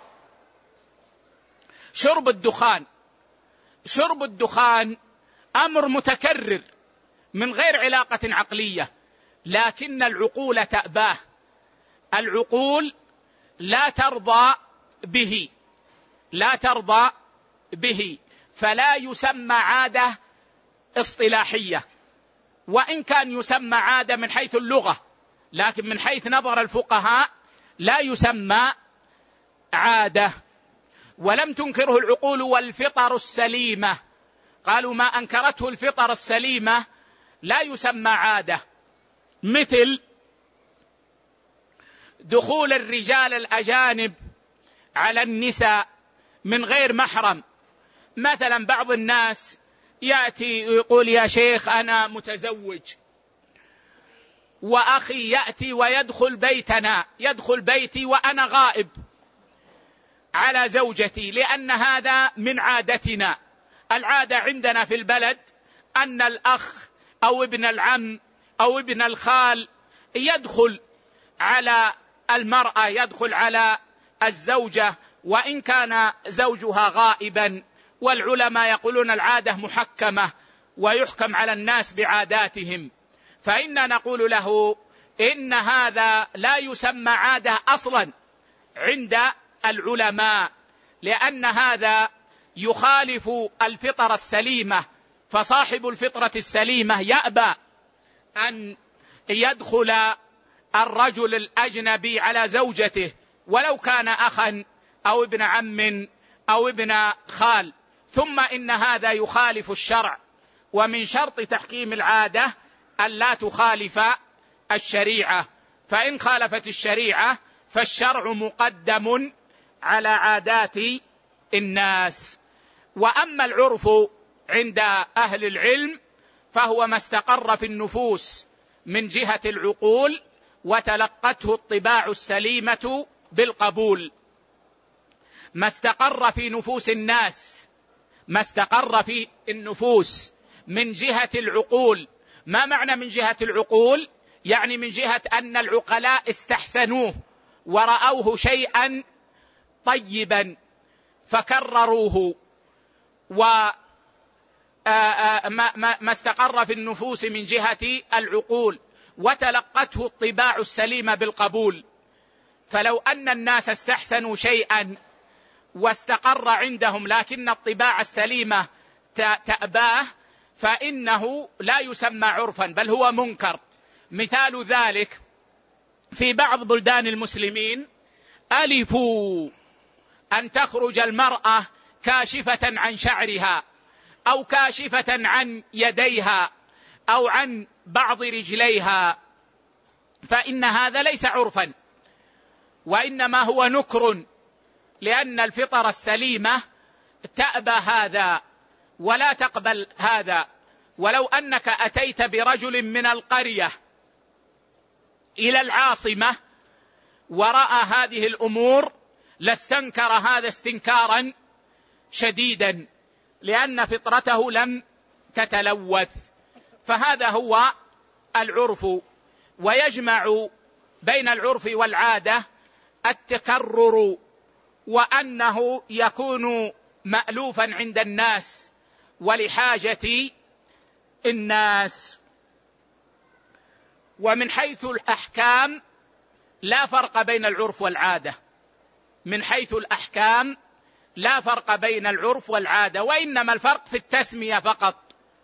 شرب الدخان أمر متكرر من غير علاقة عقلية، لكن العقول تأباه، العقول لا ترضى به، فلا يسمى عادة اصطلاحية، وإن كان يسمى عادة من حيث اللغة، لكن من حيث نظر الفقهاء لا يسمى عادة. ولم تنكره العقول والفطر السليمة، قالوا ما أنكرته الفطر السليمة لا يسمى عادة، مثل دخول الرجال الأجانب على النساء من غير محرم. مثلا بعض الناس يأتي يقول: يا شيخ أنا متزوج، وأخي يأتي ويدخل يدخل بيتي وأنا غائب على زوجتي، لأن هذا من عادتنا. العادة عندنا في البلد أن الأخ أو ابن العم أو ابن الخال يدخل على المرأة، يدخل على الزوجة وإن كان زوجها غائبا. والعلماء يقولون العادة محكمة ويحكم على الناس بعاداتهم، فإننا نقول له إن هذا لا يسمى عادة أصلا عند العلماء، لأن هذا يخالف الفطرة السليمة. فصاحب الفطرة السليمة يأبى أن يدخل الرجل الأجنبي على زوجته ولو كان أخا أو ابن عم أو ابن خال. ثم إن هذا يخالف الشرع، ومن شرط تحكيم العادة أن لا تخالف الشريعة، فإن خالفت الشريعة فالشرع مقدم على عادات الناس. وأما العرف عند أهل العلم فهو ما استقر في النفوس من جهة العقول وتلقته الطباع السليمة بالقبول. ما استقر في نفوس الناس، ما استقر في النفوس من جهة العقول. ما معنى من جهة العقول؟ يعني من جهة أن العقلاء استحسنوه ورأوه شيئا طيبا فكرروه، وما استقر في النفوس من جهة العقول وتلقته الطباع السليمة بالقبول. فلو أن الناس استحسنوا شيئا واستقر عندهم لكن الطباع السليمة تأباه فإنه لا يسمى عرفا بل هو منكر. مثال ذلك في بعض بلدان المسلمين ألفوا أن تخرج المرأة كاشفة عن شعرها أو كاشفة عن يديها أو عن بعض رجليها، فإن هذا ليس عرفا وإنما هو نكر، لأن الفطر السليمة تأبى هذا ولا تقبل هذا. ولو أنك أتيت برجل من القرية إلى العاصمة ورأى هذه الأمور لاستنكر هذا استنكارا شديدا، لأن فطرته لم تتلوث. فهذا هو العرف. ويجمع بين العرف والعادة التكرر، وأنه يكون مألوفا عند الناس ولحاجة الناس. ومن حيث الأحكام لا فرق بين العرف والعادة، من حيث الأحكام لا فرق بين العرف والعادة، وإنما الفرق في التسمية فقط.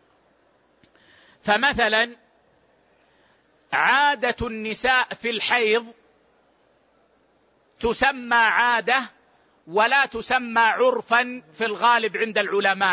فمثلا عادة النساء في الحيض تسمى عادة ولا تسمى عرفا في الغالب عند العلماء،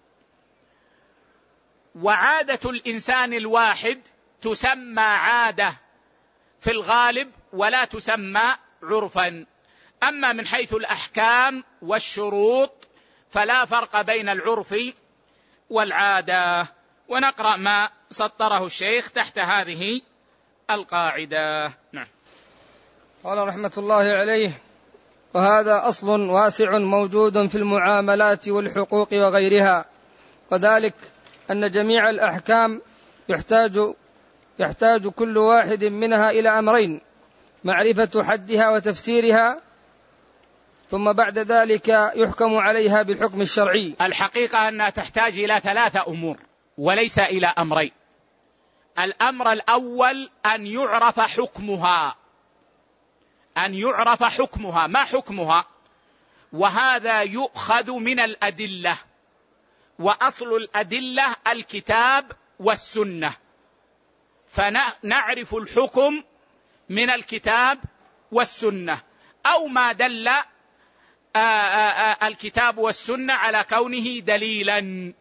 وعادة الإنسان الواحد تسمى عادة في الغالب ولا تسمى عرفا. أما من حيث الأحكام والشروط فلا فرق بين العرف والعادة. ونقرأ ما سطره الشيخ تحت هذه القاعدة. نعم. قال رحمة الله عليه: وهذا أصل واسع موجود في المعاملات والحقوق وغيرها، وذلك أن جميع الأحكام يحتاج كل واحد منها إلى أمرين: معرفة حدها وتفسيرها، ثم بعد ذلك يحكم عليها بالحكم الشرعي. الحقيقة أنها تحتاج إلى 3 أمور وليس إلى أمرين. الأمر الأول أن يعرف حكمها، أن يعرف حكمها. ما حكمها؟ وهذا يؤخذ من الأدلة، وأصل الأدلة الكتاب والسنة، فنعرف الحكم من الكتاب والسنة أو ما دل الكتاب والسنة على كونه دليلا.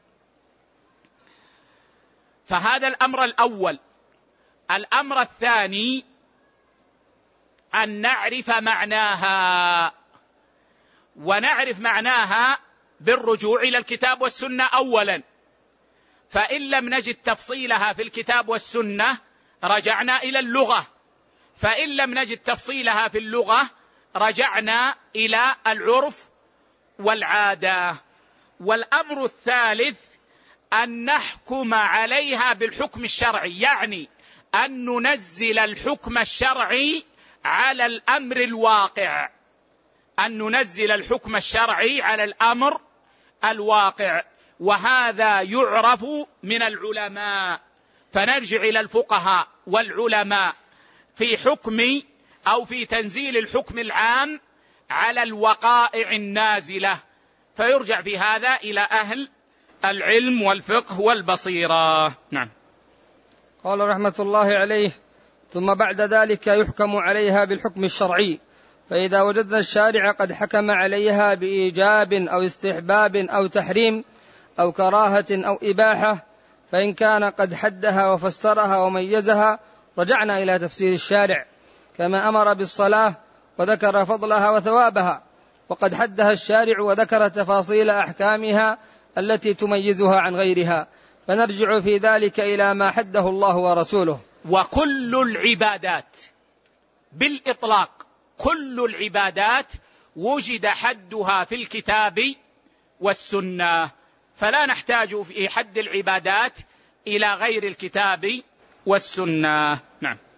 فهذا الأمر الأول. الأمر الثاني أن نعرف معناها، ونعرف معناها بالرجوع إلى الكتاب والسنة أولا، فإن لم نجد تفصيلها في الكتاب والسنة رجعنا إلى اللغة، فإن لم نجد تفصيلها في اللغة رجعنا إلى العرف والعادة. والأمر الثالث أن نحكم عليها بالحكم الشرعي، يعني أن ننزل الحكم الشرعي على الأمر الواقع، أن ننزل الحكم الشرعي على الأمر الواقع. وهذا يعرف من العلماء، فنرجع إلى الفقهاء والعلماء في حكم أو في تنزيل الحكم العام على الوقائع النازلة، فيرجع في هذا إلى أهل العلم والفقه والبصيرة. نعم. قال رحمة الله عليه: ثم بعد ذلك يحكم عليها بالحكم الشرعي، فإذا وجدنا الشارع قد حكم عليها بإيجاب أو استحباب أو تحريم أو كراهة أو إباحة، فإن كان قد حدها وفسرها وميزها رجعنا إلى تفسير الشارع، كما أمر بالصلاة وذكر فضلها وثوابها، وقد حدها الشارع وذكر تفاصيل أحكامها التي تميزها عن غيرها، فنرجع في ذلك إلى ما حده الله ورسوله. وكل العبادات بالإطلاق، كل العبادات وجد حدها في الكتاب والسنة، فلا نحتاج في حد العبادات إلى غير الكتاب والسنة. نعم.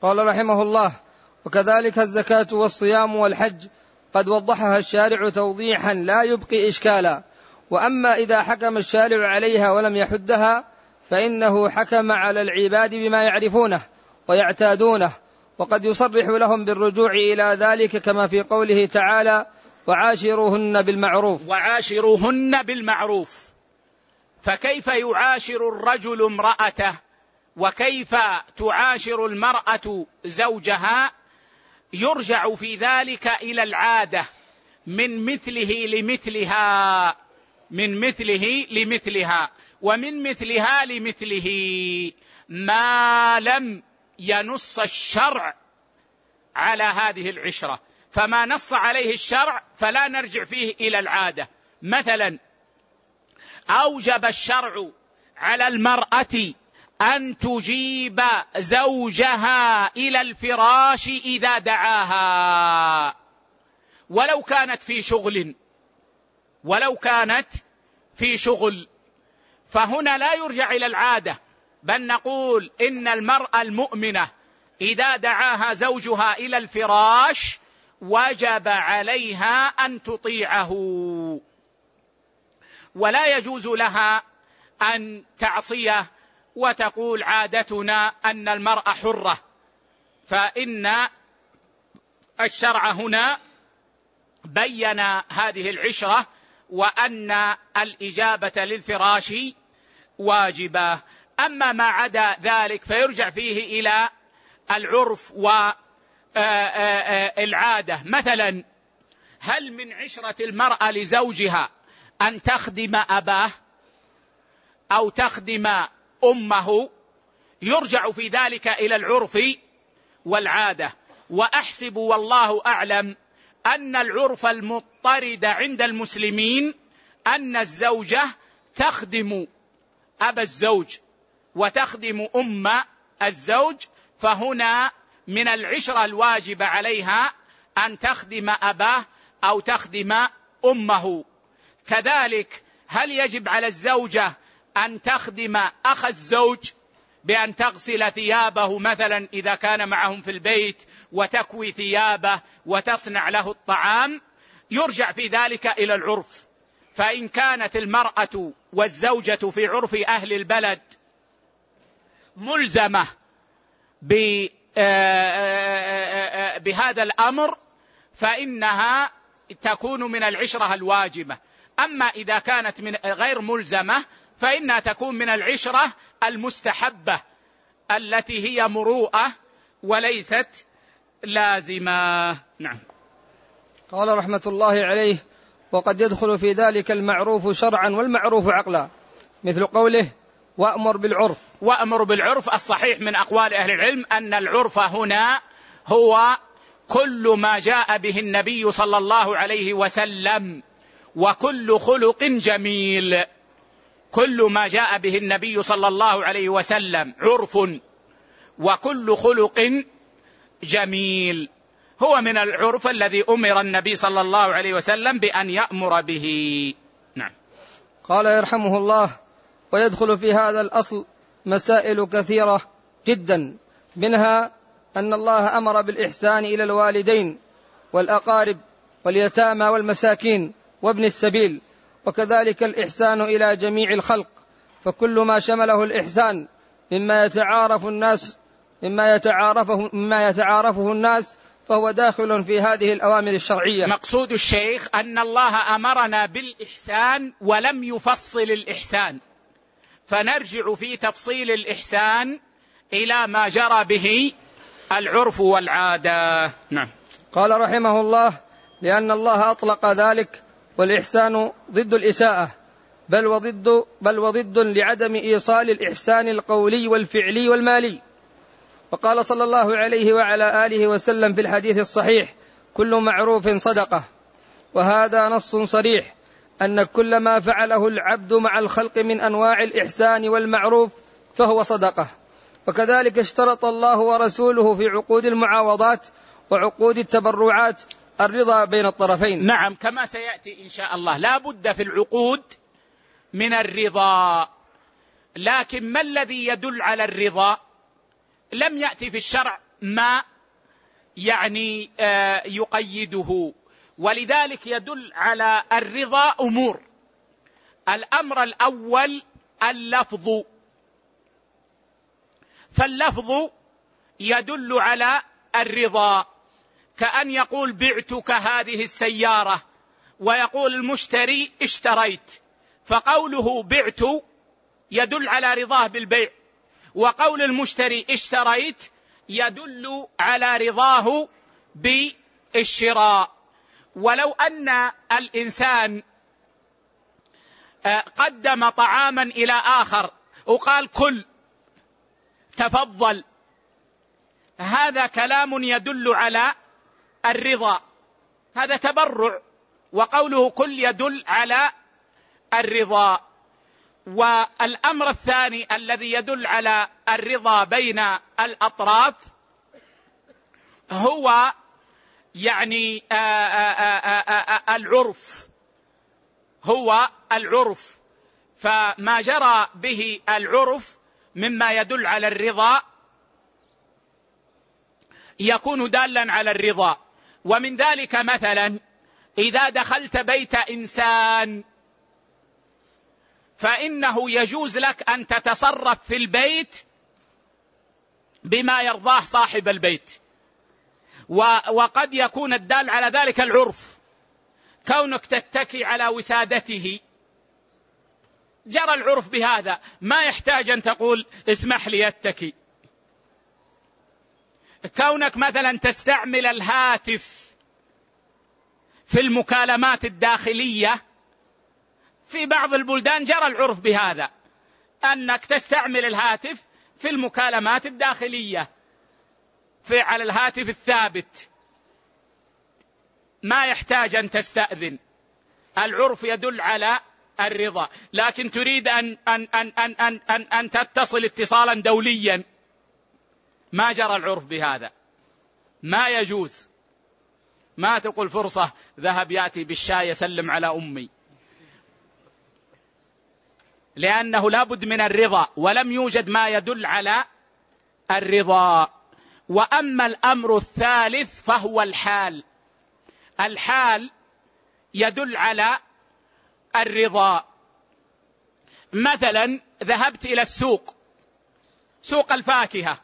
قال رحمه الله: وكذلك الزكاة والصيام والحج قد وضحها الشارع توضيحا لا يبقي إشكالا. وأما إذا حكم الشارع عليها ولم يحدها فإنه حكم على العباد بما يعرفونه ويعتادونه، وقد يصرح لهم بالرجوع إلى ذلك كما في قوله تعالى: وعاشروهن بالمعروف. وعاشروهن بالمعروف. فكيف يعاشر الرجل امرأته وكيف تعاشر المرأة زوجها؟ يرجع في ذلك إلى العادة، من مثله لمثلها، من مثله لمثلها، ومن مثلها لمثله، ما لم ينص الشرع على هذه العشرة. فما نص عليه الشرع فلا نرجع فيه إلى العادة. مثلا أوجب الشرع على المرأة أن تجيب زوجها إلى الفراش إذا دعاها، ولو كانت في شغل، فهنا لا يرجع إلى العادة، بل نقول إن المرأة المؤمنة إذا دعاها زوجها إلى الفراش وجب عليها أن تطيعه، ولا يجوز لها أن تعصيه وتقول عادتنا أن المرأة حرة. فإن الشرع هنا بين هذه العشرة، وأن الإجابة للفراش واجبة. أما ما عدا ذلك فيرجع فيه إلى العرف والعادة. مثلا هل من عشرة المرأة لزوجها أن تخدم أباه أو تخدم أمه؟ يرجع في ذلك إلى العرف والعادة. وأحسب والله أعلم أن العرف المضطرد عند المسلمين أن الزوجة تخدم أبا الزوج وتخدم أم الزوج، فهنا من العشرة الواجب عليها أن تخدم أباه أو تخدم أمه. كذلك هل يجب على الزوجة أن تخدم أخ الزوج بأن تغسل ثيابه مثلا إذا كان معهم في البيت، وتكوي ثيابه وتصنع له الطعام؟ يرجع في ذلك إلى العرف. فإن كانت المرأة والزوجة في عرف أهل البلد ملزمة بهذا الأمر فإنها تكون من العشرة الواجبة. أما إذا كانت من غير ملزمة فإنها تكون من العشرة المستحبة التي هي مروءة وليست لازمة. نعم. قال رحمة الله عليه: وقد يدخل في ذلك المعروف شرعا والمعروف عقلا، مثل قوله: وأمر بالعرف. وأمر بالعرف، الصحيح من أقوال أهل العلم أن العرف هنا هو كل ما جاء به النبي صلى الله عليه وسلم، وكل خلق جميل. كل ما جاء به النبي صلى الله عليه وسلم عرف، وكل خلق جميل هو من العرف الذي أمر النبي صلى الله عليه وسلم بأن يأمر به. نعم. قال يرحمه الله: ويدخل في هذا الأصل مسائل كثيرة جدا، منها أن الله أمر بالإحسان إلى الوالدين والأقارب واليتامى والمساكين وابن السبيل، وكذلك الإحسان إلى جميع الخلق، فكل ما شمله الإحسان مما يتعارفه الناس فهو داخل في هذه الأوامر الشرعية. مقصود الشيخ أن الله أمرنا بالإحسان ولم يفصل الإحسان، فنرجع في تفصيل الإحسان إلى ما جرى به العرف والعادة. نعم. قال رحمه الله: لأن الله أطلق ذلك، والإحسان ضد الإساءة، بل وضد لعدم إيصال الإحسان القولي والفعلي والمالي. وقال صلى الله عليه وعلى آله وسلم في الحديث الصحيح: كل معروف صدقة. وهذا نص صريح أن كل ما فعله العبد مع الخلق من أنواع الإحسان والمعروف فهو صدقة. وكذلك اشترط الله ورسوله في عقود المعاوضات وعقود التبرعات الرضا بين الطرفين. نعم، كما سيأتي إن شاء الله. لا بد في العقود من الرضا، لكن ما الذي يدل على الرضا؟ لم يأتي في الشرع ما يعني يقيده. ولذلك يدل على الرضا أمور. الأمر الأول اللفظ، فاللفظ يدل على الرضا، كأن يقول بعتك هذه السيارة، ويقول المشتري اشتريت، فقوله بعت يدل على رضاه بالبيع، وقول المشتري اشتريت يدل على رضاه بالشراء. ولو أن الإنسان قدم طعاما إلى آخر وقال كل تفضل، هذا كلام يدل على الرضا، هذا تبرع، وقوله كل يدل على الرضا. والأمر الثاني الذي يدل على الرضا بين الأطراف هو يعني العرف، هو العرف. فما جرى به العرف مما يدل على الرضا يكون دالا على الرضا. ومن ذلك مثلا إذا دخلت بيت إنسان فإنه يجوز لك أن تتصرف في البيت بما يرضاه صاحب البيت، وقد يكون الدال على ذلك العرف، كونك تتكي على وسادته جرى العرف بهذا، ما يحتاج أن تقول اسمح لي أتكي. كونك مثلا تستعمل الهاتف في المكالمات الداخلية، في بعض البلدان جرى العرف بهذا، أنك تستعمل الهاتف في المكالمات الداخلية على الهاتف الثابت، ما يحتاج أن تستأذن، العرف يدل على الرضا. لكن تريد أن تتصل اتصالا دوليا، ما جرى العرف بهذا، ما يجوز. ما تقول فرصة ذهب يأتي بالشاي يسلم على أمي، لأنه لا بد من الرضا، ولم يوجد ما يدل على الرضا. وأما الأمر الثالث فهو الحال، الحال يدل على الرضا. مثلا ذهبت إلى السوق، سوق الفاكهة،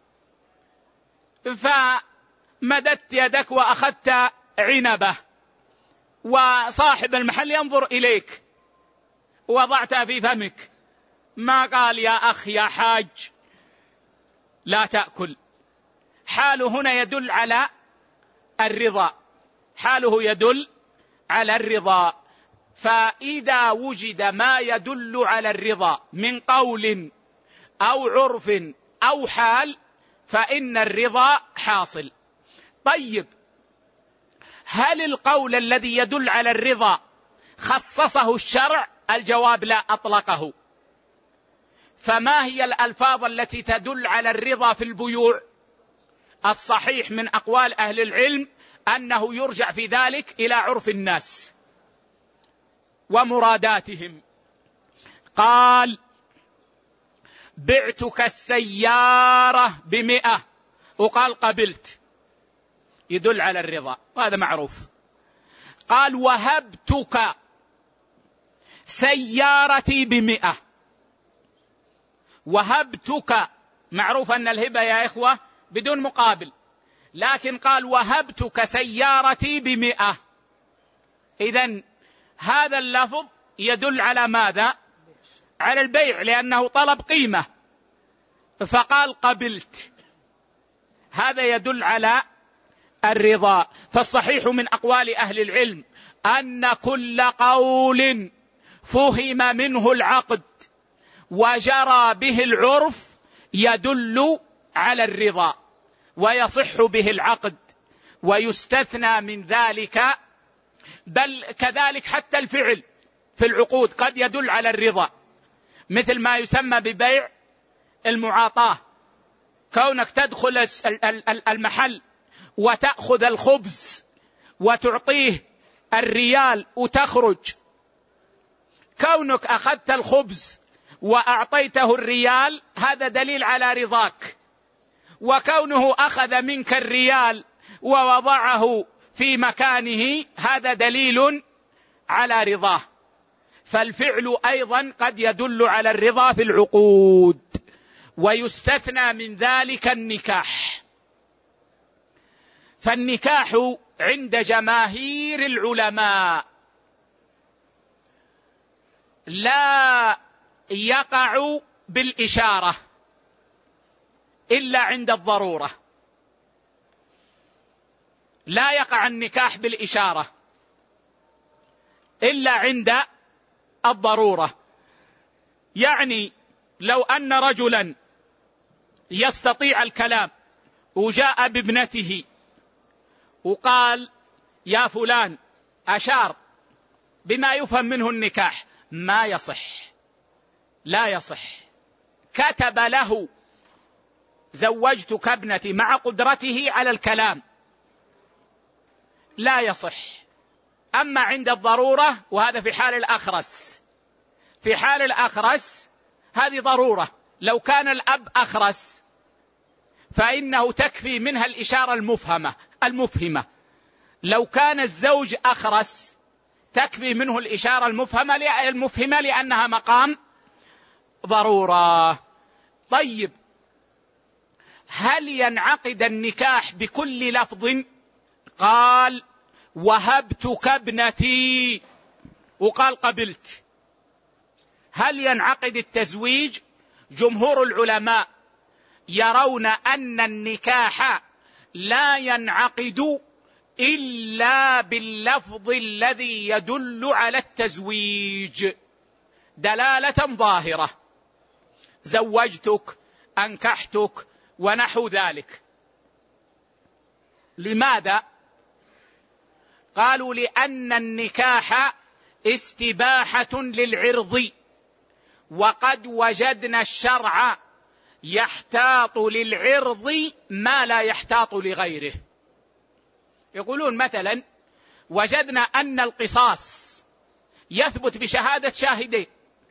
فمددت يدك وأخذت عنبة، وصاحب المحل ينظر إليك ووضعتها في فمك، ما قال يا أخ يا حاج لا تأكل. حاله هنا يدل على الرضا، حاله يدل على الرضا. فإذا وجد ما يدل على الرضا من قول أو عرف أو حال فإن الرضا حاصل. طيب، هل القول الذي يدل على الرضا خصصه الشرع؟ الجواب لا، أطلقه. فما هي الألفاظ التي تدل على الرضا في البيوع؟ الصحيح من أقوال أهل العلم أنه يرجع في ذلك إلى عرف الناس ومراداتهم. قال بعتك السيارة ب100 وقال قبلت، يدل على الرضا، وهذا معروف. قال وهبتك سيارتي ب100، وهبتك، معروف أن الهبة يا إخوة بدون مقابل، لكن قال وهبتك سيارتي ب100، إذن هذا اللفظ يدل على ماذا؟ على البيع، لأنه طلب قيمة، فقال قبلت، هذا يدل على الرضا. فالصحيح من أقوال أهل العلم أن كل قول فهم منه العقد وجرى به العرف يدل على الرضا ويصح به العقد، ويستثنى من ذلك، بل كذلك حتى الفعل في العقود قد يدل على الرضا، مثل ما يسمى ببيع المعاطاة، كونك تدخل المحل وتأخذ الخبز وتعطيه الريال وتخرج، كونك أخذت الخبز وأعطيته الريال هذا دليل على رضاك، وكونه أخذ منك الريال ووضعه في مكانه هذا دليل على رضاه. فالفعل أيضا قد يدل على الرضا في العقود، ويستثنى من ذلك النكاح. فالنكاح عند جماهير العلماء لا يقع بالإشارة إلا عند الضرورة. لا يقع النكاح بالإشارة إلا عند الضرورة. يعني لو أن رجلا يستطيع الكلام وجاء بابنته وقال يا فلان، أشار بما يفهم منه النكاح، ما يصح، لا يصح. كتب له زوجتك ابنتي مع قدرته على الكلام، لا يصح. أما عند الضرورة، وهذا في حال الأخرس، في حال الأخرس هذه ضرورة. لو كان الأب أخرس فإنه تكفي منها الإشارة المفهمة. لو كان الزوج أخرس تكفي منه الإشارة المفهمة لأنها مقام ضرورة. طيب، هل ينعقد النكاح بكل لفظ؟ قال وهبتك ابنتي وقال قبلت، هل ينعقد التزويج؟ جمهور العلماء يرون أن النكاح لا ينعقد إلا باللفظ الذي يدل على التزويج دلالة ظاهرة، زوجتك، أنكحتك، ونحو ذلك. لماذا؟ قالوا لأن النكاح استباحة للعرض، وقد وجدنا الشرع يحتاط للعرض ما لا يحتاط لغيره. يقولون مثلا وجدنا أن القصاص يثبت بشهادة شاهدين،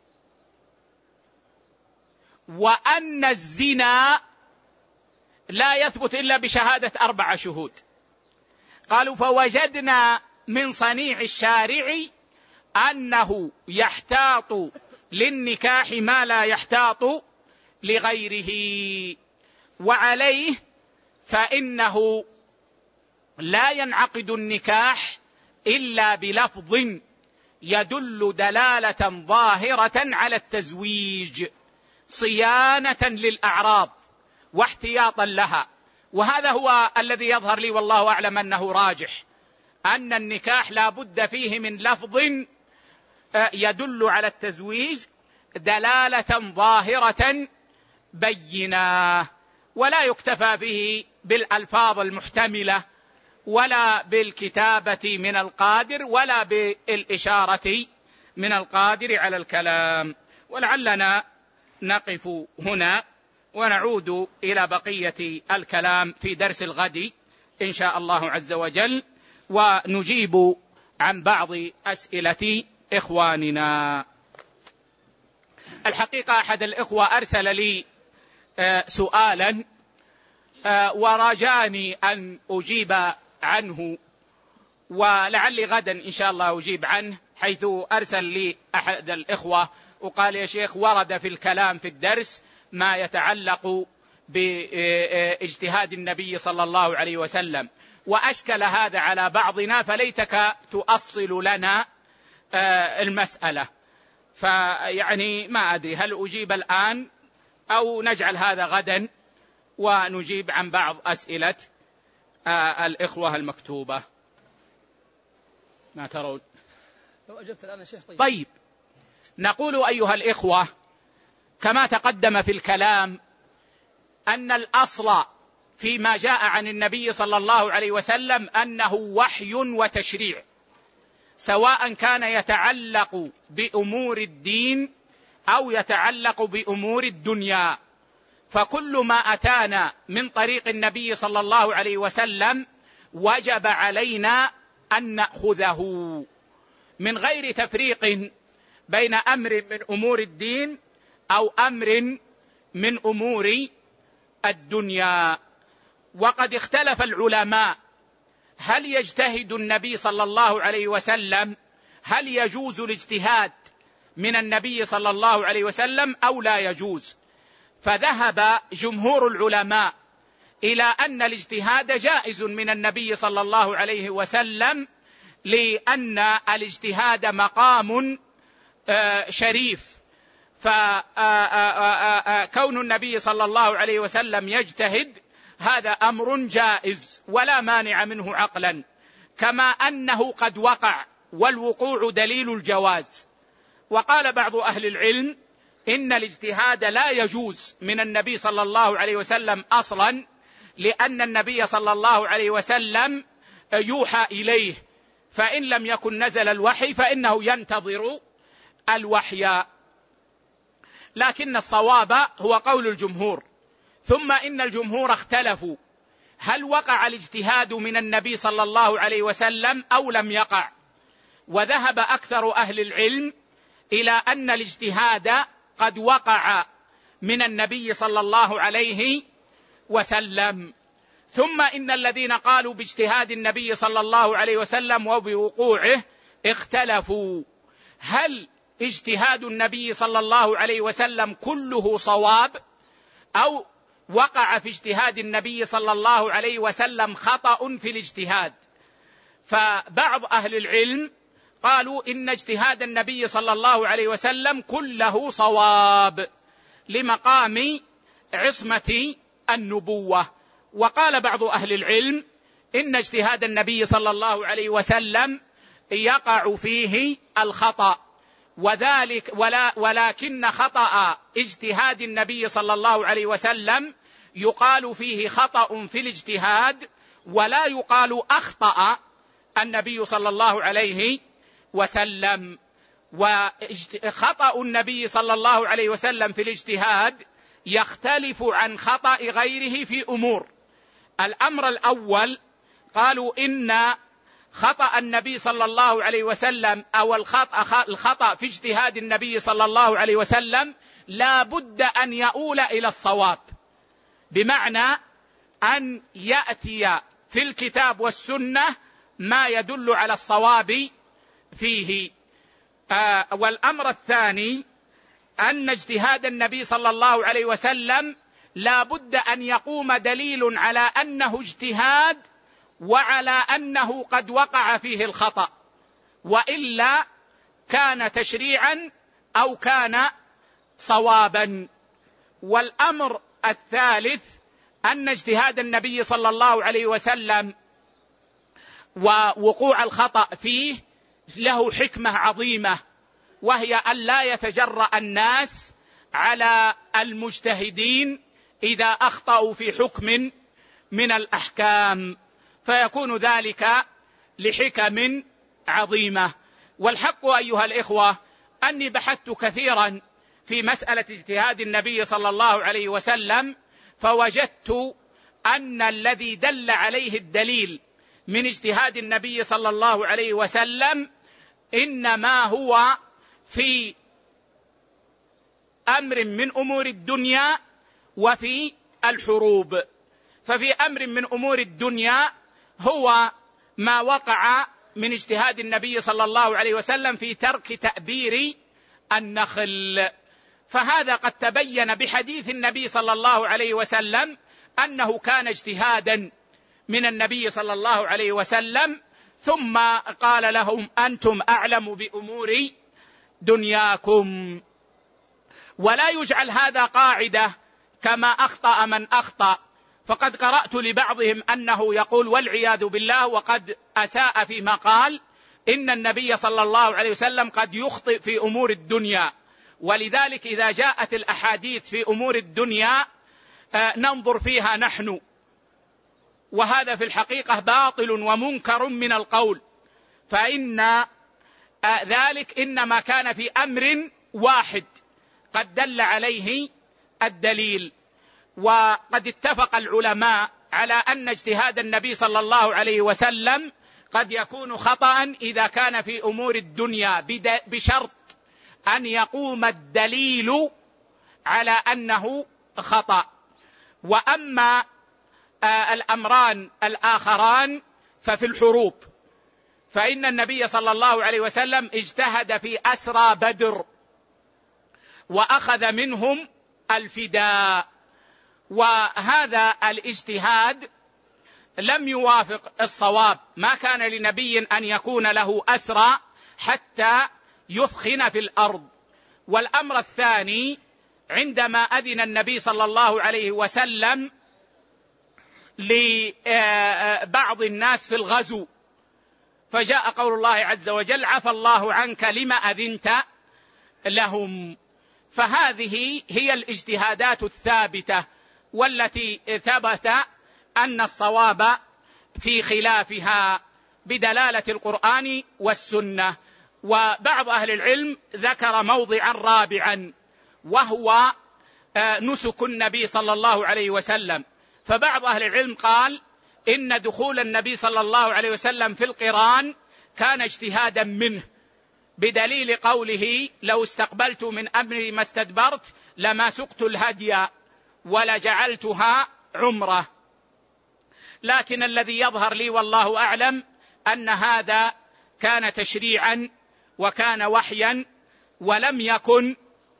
وأن الزنا لا يثبت إلا بشهادة 4 شهود. قالوا فوجدنا من صنيع الشارع أنه يحتاط للنكاح ما لا يحتاط لغيره، وعليه فإنه لا ينعقد النكاح إلا بلفظ يدل دلالة ظاهرة على التزويج صيانة للأعراض واحتياطا لها. وهذا هو الذي يظهر لي والله أعلم أنه راجح، أن النكاح لا بد فيه من لفظ يدل على التزويج دلالة ظاهرة بينة، ولا يكتفى به بالألفاظ المحتملة ولا بالكتابة من القادر ولا بالإشارة من القادر على الكلام. ولعلنا نقف هنا ونعود إلى بقية الكلام في درس الغد إن شاء الله عز وجل، ونجيب عن بعض أسئلة إخواننا. الحقيقة أحد الإخوة أرسل لي سؤالا ورجاني أن أجيب عنه، ولعلي غدا إن شاء الله أجيب عنه، حيث أرسل لي أحد الإخوة وقال يا شيخ ورد في الكلام في الدرس ما يتعلق باجتهاد النبي صلى الله عليه وسلم، وأشكل هذا على بعضنا، فليتك تؤصل لنا المسألة. فيعني ما أدري هل أجيب الآن أو نجعل هذا غدا ونجيب عن بعض أسئلة الإخوة المكتوبة. ما ترون؟ لو أجبت الآن يا شيخ. طيب، نقول أيها الإخوة كما تقدم في الكلام أن الأصل فيما جاء عن النبي صلى الله عليه وسلم أنه وحي وتشريع، سواء كان يتعلق بأمور الدين أو يتعلق بأمور الدنيا، فكل ما أتانا من طريق النبي صلى الله عليه وسلم وجب علينا أن نأخذه من غير تفريق بين أمر من أمور الدين أو أمر من أمور الدنيا. وقد اختلف العلماء هل يجتهد النبي صلى الله عليه وسلم، هل يجوز الاجتهاد من النبي صلى الله عليه وسلم أو لا يجوز؟ فذهب جمهور العلماء إلى أن الاجتهاد جائز من النبي صلى الله عليه وسلم، لأن الاجتهاد مقام شريف، فكون النبي صلى الله عليه وسلم يجتهد هذا أمر جائز ولا مانع منه عقلا، كما أنه قد وقع والوقوع دليل الجواز. وقال بعض أهل العلم إن الاجتهاد لا يجوز من النبي صلى الله عليه وسلم أصلا، لأن النبي صلى الله عليه وسلم يوحى إليه، فإن لم يكن نزل الوحي فإنه ينتظر الوحي. لكن الصواب هو قول الجمهور. ثم إن الجمهور اختلفوا هل وقع الاجتهاد من النبي صلى الله عليه وسلم أو لم يقع، وذهب أكثر أهل العلم إلى أن الاجتهاد قد وقع من النبي صلى الله عليه وسلم. ثم إن الذين قالوا باجتهاد النبي صلى الله عليه وسلم وبوقوعه اختلفوا هل اجتهاد النبي صلى الله عليه وسلم كله صواب، أو وقع في اجتهاد النبي صلى الله عليه وسلم خطأ في الاجتهاد. فبعض أهل العلم قالوا إن اجتهاد النبي صلى الله عليه وسلم كله صواب لمقام عصمة النبوة. وقال بعض أهل العلم إن اجتهاد النبي صلى الله عليه وسلم يقع فيه الخطأ، ولكن خطأ اجتهاد النبي صلى الله عليه وسلم يقال فيه خطأ في الاجتهاد، ولا يقال أخطأ النبي صلى الله عليه وسلم. وخطأ النبي صلى الله عليه وسلم في الاجتهاد يختلف عن خطأ غيره في أمور. الأمر الأول قالوا إن خطأ النبي صلى الله عليه وسلم أو الخطأ في اجتهاد النبي صلى الله عليه وسلم لا بد أن يؤول إلى الصواب، بمعنى أن يأتي في الكتاب والسنة ما يدل على الصواب فيه. والأمر الثاني أن اجتهاد النبي صلى الله عليه وسلم لا بد أن يقوم دليل على أنه اجتهاد وعلى أنه قد وقع فيه الخطأ، وإلا كان تشريعا أو كان صوابا. والأمر الثالث أن اجتهاد النبي صلى الله عليه وسلم ووقوع الخطأ فيه له حكمة عظيمة، وهي أن لا يتجرأ الناس على المجتهدين إذا أخطأوا في حكم من الأحكام، فيكون ذلك لحكم عظيمة. والحق أيها الإخوة أني بحثت كثيرا في مسألة اجتهاد النبي صلى الله عليه وسلم، فوجدت أن الذي دل عليه الدليل من اجتهاد النبي صلى الله عليه وسلم إنما هو في أمر من أمور الدنيا وفي الحروب. ففي أمر من أمور الدنيا هو ما وقع من اجتهاد النبي صلى الله عليه وسلم في ترك تأبير النخل، فهذا قد تبين بحديث النبي صلى الله عليه وسلم أنه كان اجتهادا من النبي صلى الله عليه وسلم، ثم قال لهم أنتم أعلم بأمور دنياكم. ولا يجعل هذا قاعدة كما أخطأ من أخطأ، فقد قرأت لبعضهم أنه يقول والعياذ بالله وقد أساء فيما قال إن النبي صلى الله عليه وسلم قد يخطئ في أمور الدنيا، ولذلك إذا جاءت الأحاديث في أمور الدنيا ننظر فيها نحن، وهذا في الحقيقة باطل ومنكر من القول، فإن ذلك إنما كان في أمر واحد قد دل عليه الدليل. وقد اتفق العلماء على أن اجتهاد النبي صلى الله عليه وسلم قد يكون خطأ إذا كان في أمور الدنيا بشرط أن يقوم الدليل على أنه خطأ. وأما الأمران الآخران ففي الحروب، فإن النبي صلى الله عليه وسلم اجتهد في أسرى بدر وأخذ منهم الفداء، وهذا الاجتهاد لم يوافق الصواب. ما كان لنبي أن يكون له أسرى حتى يثخن في الأرض. والأمر الثاني، عندما أذن النبي صلى الله عليه وسلم لبعض الناس في الغزو، فجاء قول الله عز وجل: عفى الله عنك لما أذنت لهم. فهذه هي الاجتهادات الثابتة والتي ثبت أن الصواب في خلافها بدلالة القرآن والسنة. وبعض أهل العلم ذكر موضعا رابعا، وهو نسك النبي صلى الله عليه وسلم. فبعض أهل العلم قال إن دخول النبي صلى الله عليه وسلم في القران كان اجتهادا منه، بدليل قوله: لو استقبلت من أمري ما استدبرت لما سقت الهدي ولجعلتها عمرة. لكن الذي يظهر لي والله أعلم أن هذا كان تشريعا وكان وحيا ولم يكن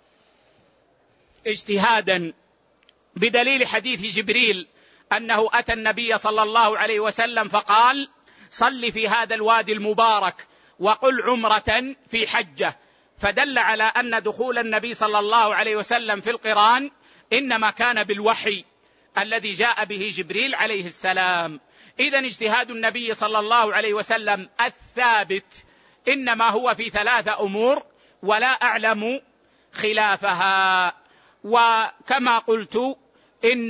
اجتهادا، بدليل حديث جبريل أنه أتى النبي صلى الله عليه وسلم فقال: صل في هذا الوادي المبارك وقل عمرة في حجة. فدل على أن دخول النبي صلى الله عليه وسلم في القران إنما كان بالوحي الذي جاء به جبريل عليه السلام. إذن اجتهاد النبي صلى الله عليه وسلم الثابت إنما هو في 3 أمور ولا أعلم خلافها. وكما قلت إن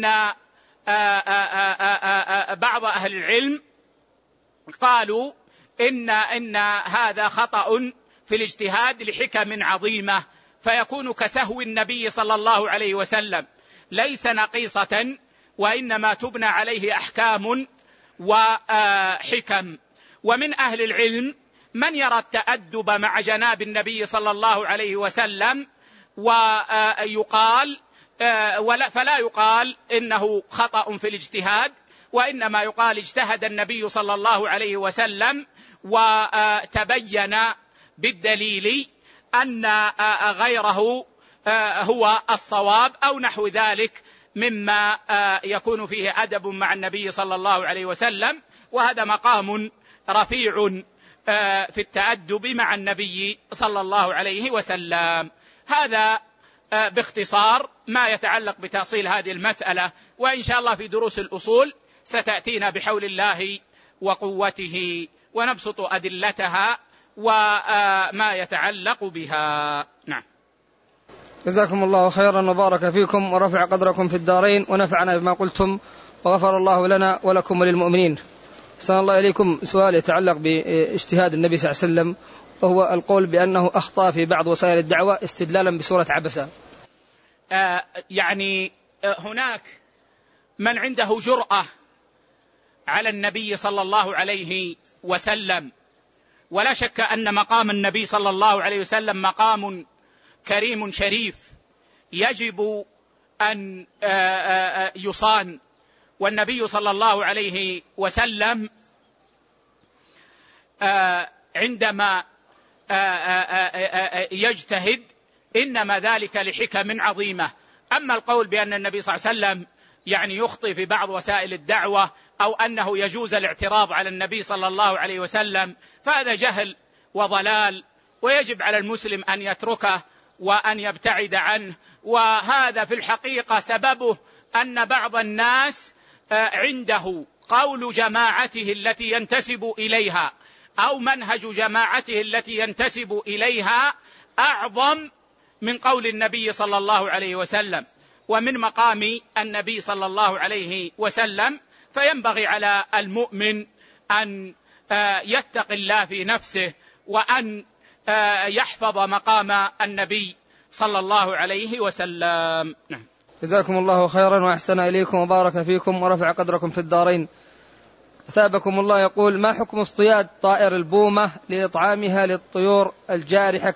بعض أهل العلم قالوا إن هذا خطأ في الاجتهاد لحكم عظيمة، فيكون كسهو النبي صلى الله عليه وسلم، ليس نقيصة، وإنما تبنى عليه أحكام وحكم. ومن أهل العلم من يرى التأدب مع جناب النبي صلى الله عليه وسلم ويقال فلا يقال إنه خطأ في الاجتهاد، وإنما يقال اجتهد النبي صلى الله عليه وسلم وتبين بالدليل أن غيره هو الصواب أو نحو ذلك مما يكون فيه أدب مع النبي صلى الله عليه وسلم. وهذا مقام رفيع في التأدب مع النبي صلى الله عليه وسلم. هذا باختصار ما يتعلق بتأصيل هذه المسألة، وإن شاء الله في دروس الأصول ستأتينا بحول الله وقوته ونبسط أدلتها وما يتعلق بها. نعم. جزاكم الله خيرا وبارك فيكم ورفع قدركم في الدارين ونفعنا بما قلتم وغفر الله لنا ولكم وللمؤمنين. أحسن الله إليكم. سؤال يتعلق باجتهاد النبي صلى الله عليه وسلم، وهو القول بأنه أخطأ في بعض وسائل الدعوة استدلالا بسورة عبسة. يعني هناك من عنده جرأة على النبي صلى الله عليه وسلم، ولا شك أن مقام النبي صلى الله عليه وسلم مقام كريم شريف يجب أن يصان. والنبي صلى الله عليه وسلم عندما يجتهد إنما ذلك لحكم عظيمة. أما القول بأن النبي صلى الله عليه وسلم يعني يخطئ في بعض وسائل الدعوة أو أنه يجوز الاعتراض على النبي صلى الله عليه وسلم فهذا جهل وضلال، ويجب على المسلم أن يتركه وأن يبتعد عنه. وهذا في الحقيقة سببه أن بعض الناس عنده قول جماعته التي ينتسب إليها أو منهج جماعته التي ينتسب إليها أعظم من قول النبي صلى الله عليه وسلم ومن مقام النبي صلى الله عليه وسلم. فينبغي على المؤمن أن يتقي الله في نفسه وأن يحفظ مقام النبي صلى الله عليه وسلم. نعم. جزاكم الله خيرا وأحسن إليكم وبارك فيكم ورفع قدركم في الدارين. أثابكم الله. يقول: ما حكم اصطياد طائر البومة لإطعامها للطيور الجارحة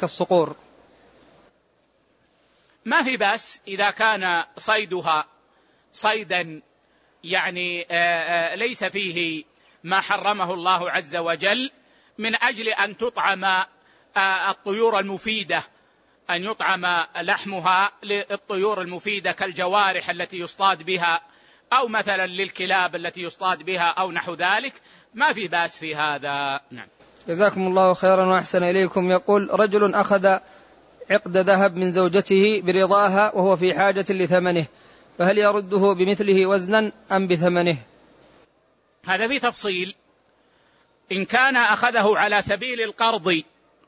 صيدا يعني ليس فيه ما حرمه الله عز وجل، من أجل أن تطعم الطيور المفيدة، أن يطعم لحمها للطيور المفيدة كالجوارح التي يصطاد بها، أو مثلا للكلاب التي يصطاد بها أو نحو ذلك، ما في بأس في هذا. نعم. جزاكم الله خيرا وأحسن إليكم. يقول: رجل أخذ عقد ذهب من زوجته برضاها وهو في حاجة لثمنه، فهل يرده بمثله وزنا أم بثمنه؟ هذا في تفصيل. إن كان أخذه على سبيل القرض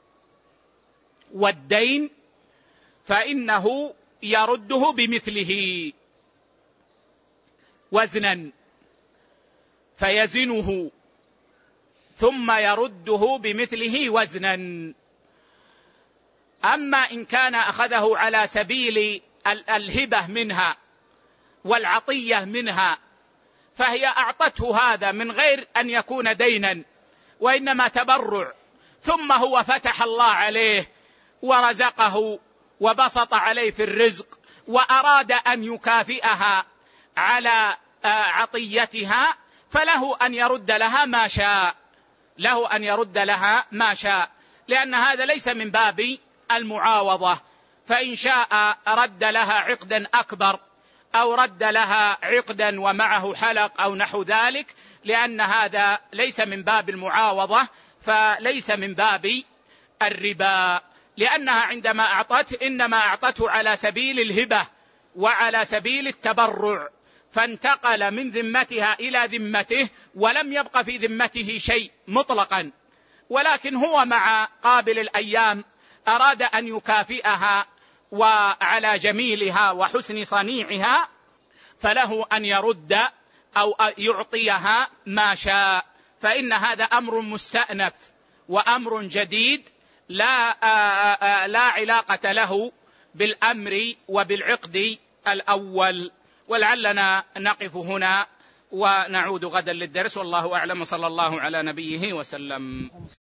والدين فإنه يرده بمثله وزنا فيزنه ثم يرده بمثله وزنا. أما إن كان أخذه على سبيل الهبة منها والعطية منها، فهي أعطته هذا من غير أن يكون دينا وإنما تبرع، ثم هو فتح الله عليه ورزقه وبسط عليه في الرزق وأراد أن يكافئها على عطيتها، فله أن يرد لها ما شاء، له أن يرد لها ما شاء، لأن هذا ليس من باب المعاوضة. فإن شاء رد لها عقدا أكبر أو رد لها عقدا ومعه حلق أو نحو ذلك، لأن هذا ليس من باب المعاوضة، فليس من باب الربا، لأنها عندما أعطته إنما أعطته على سبيل الهبة وعلى سبيل التبرع، فانتقل من ذمتها إلى ذمته ولم يبق في ذمته شيء مطلقا، ولكن هو مع قابل الأيام أراد أن يكافئها وعلى جميلها وحسن صنيعها، فله أن يرد أو يعطيها ما شاء، فإن هذا أمر مستأنف وأمر جديد لا علاقة له بالأمر وبالعقد الأول. ولعلنا نقف هنا ونعود غدا للدرس، والله أعلم، صلى الله على نبيه وسلم.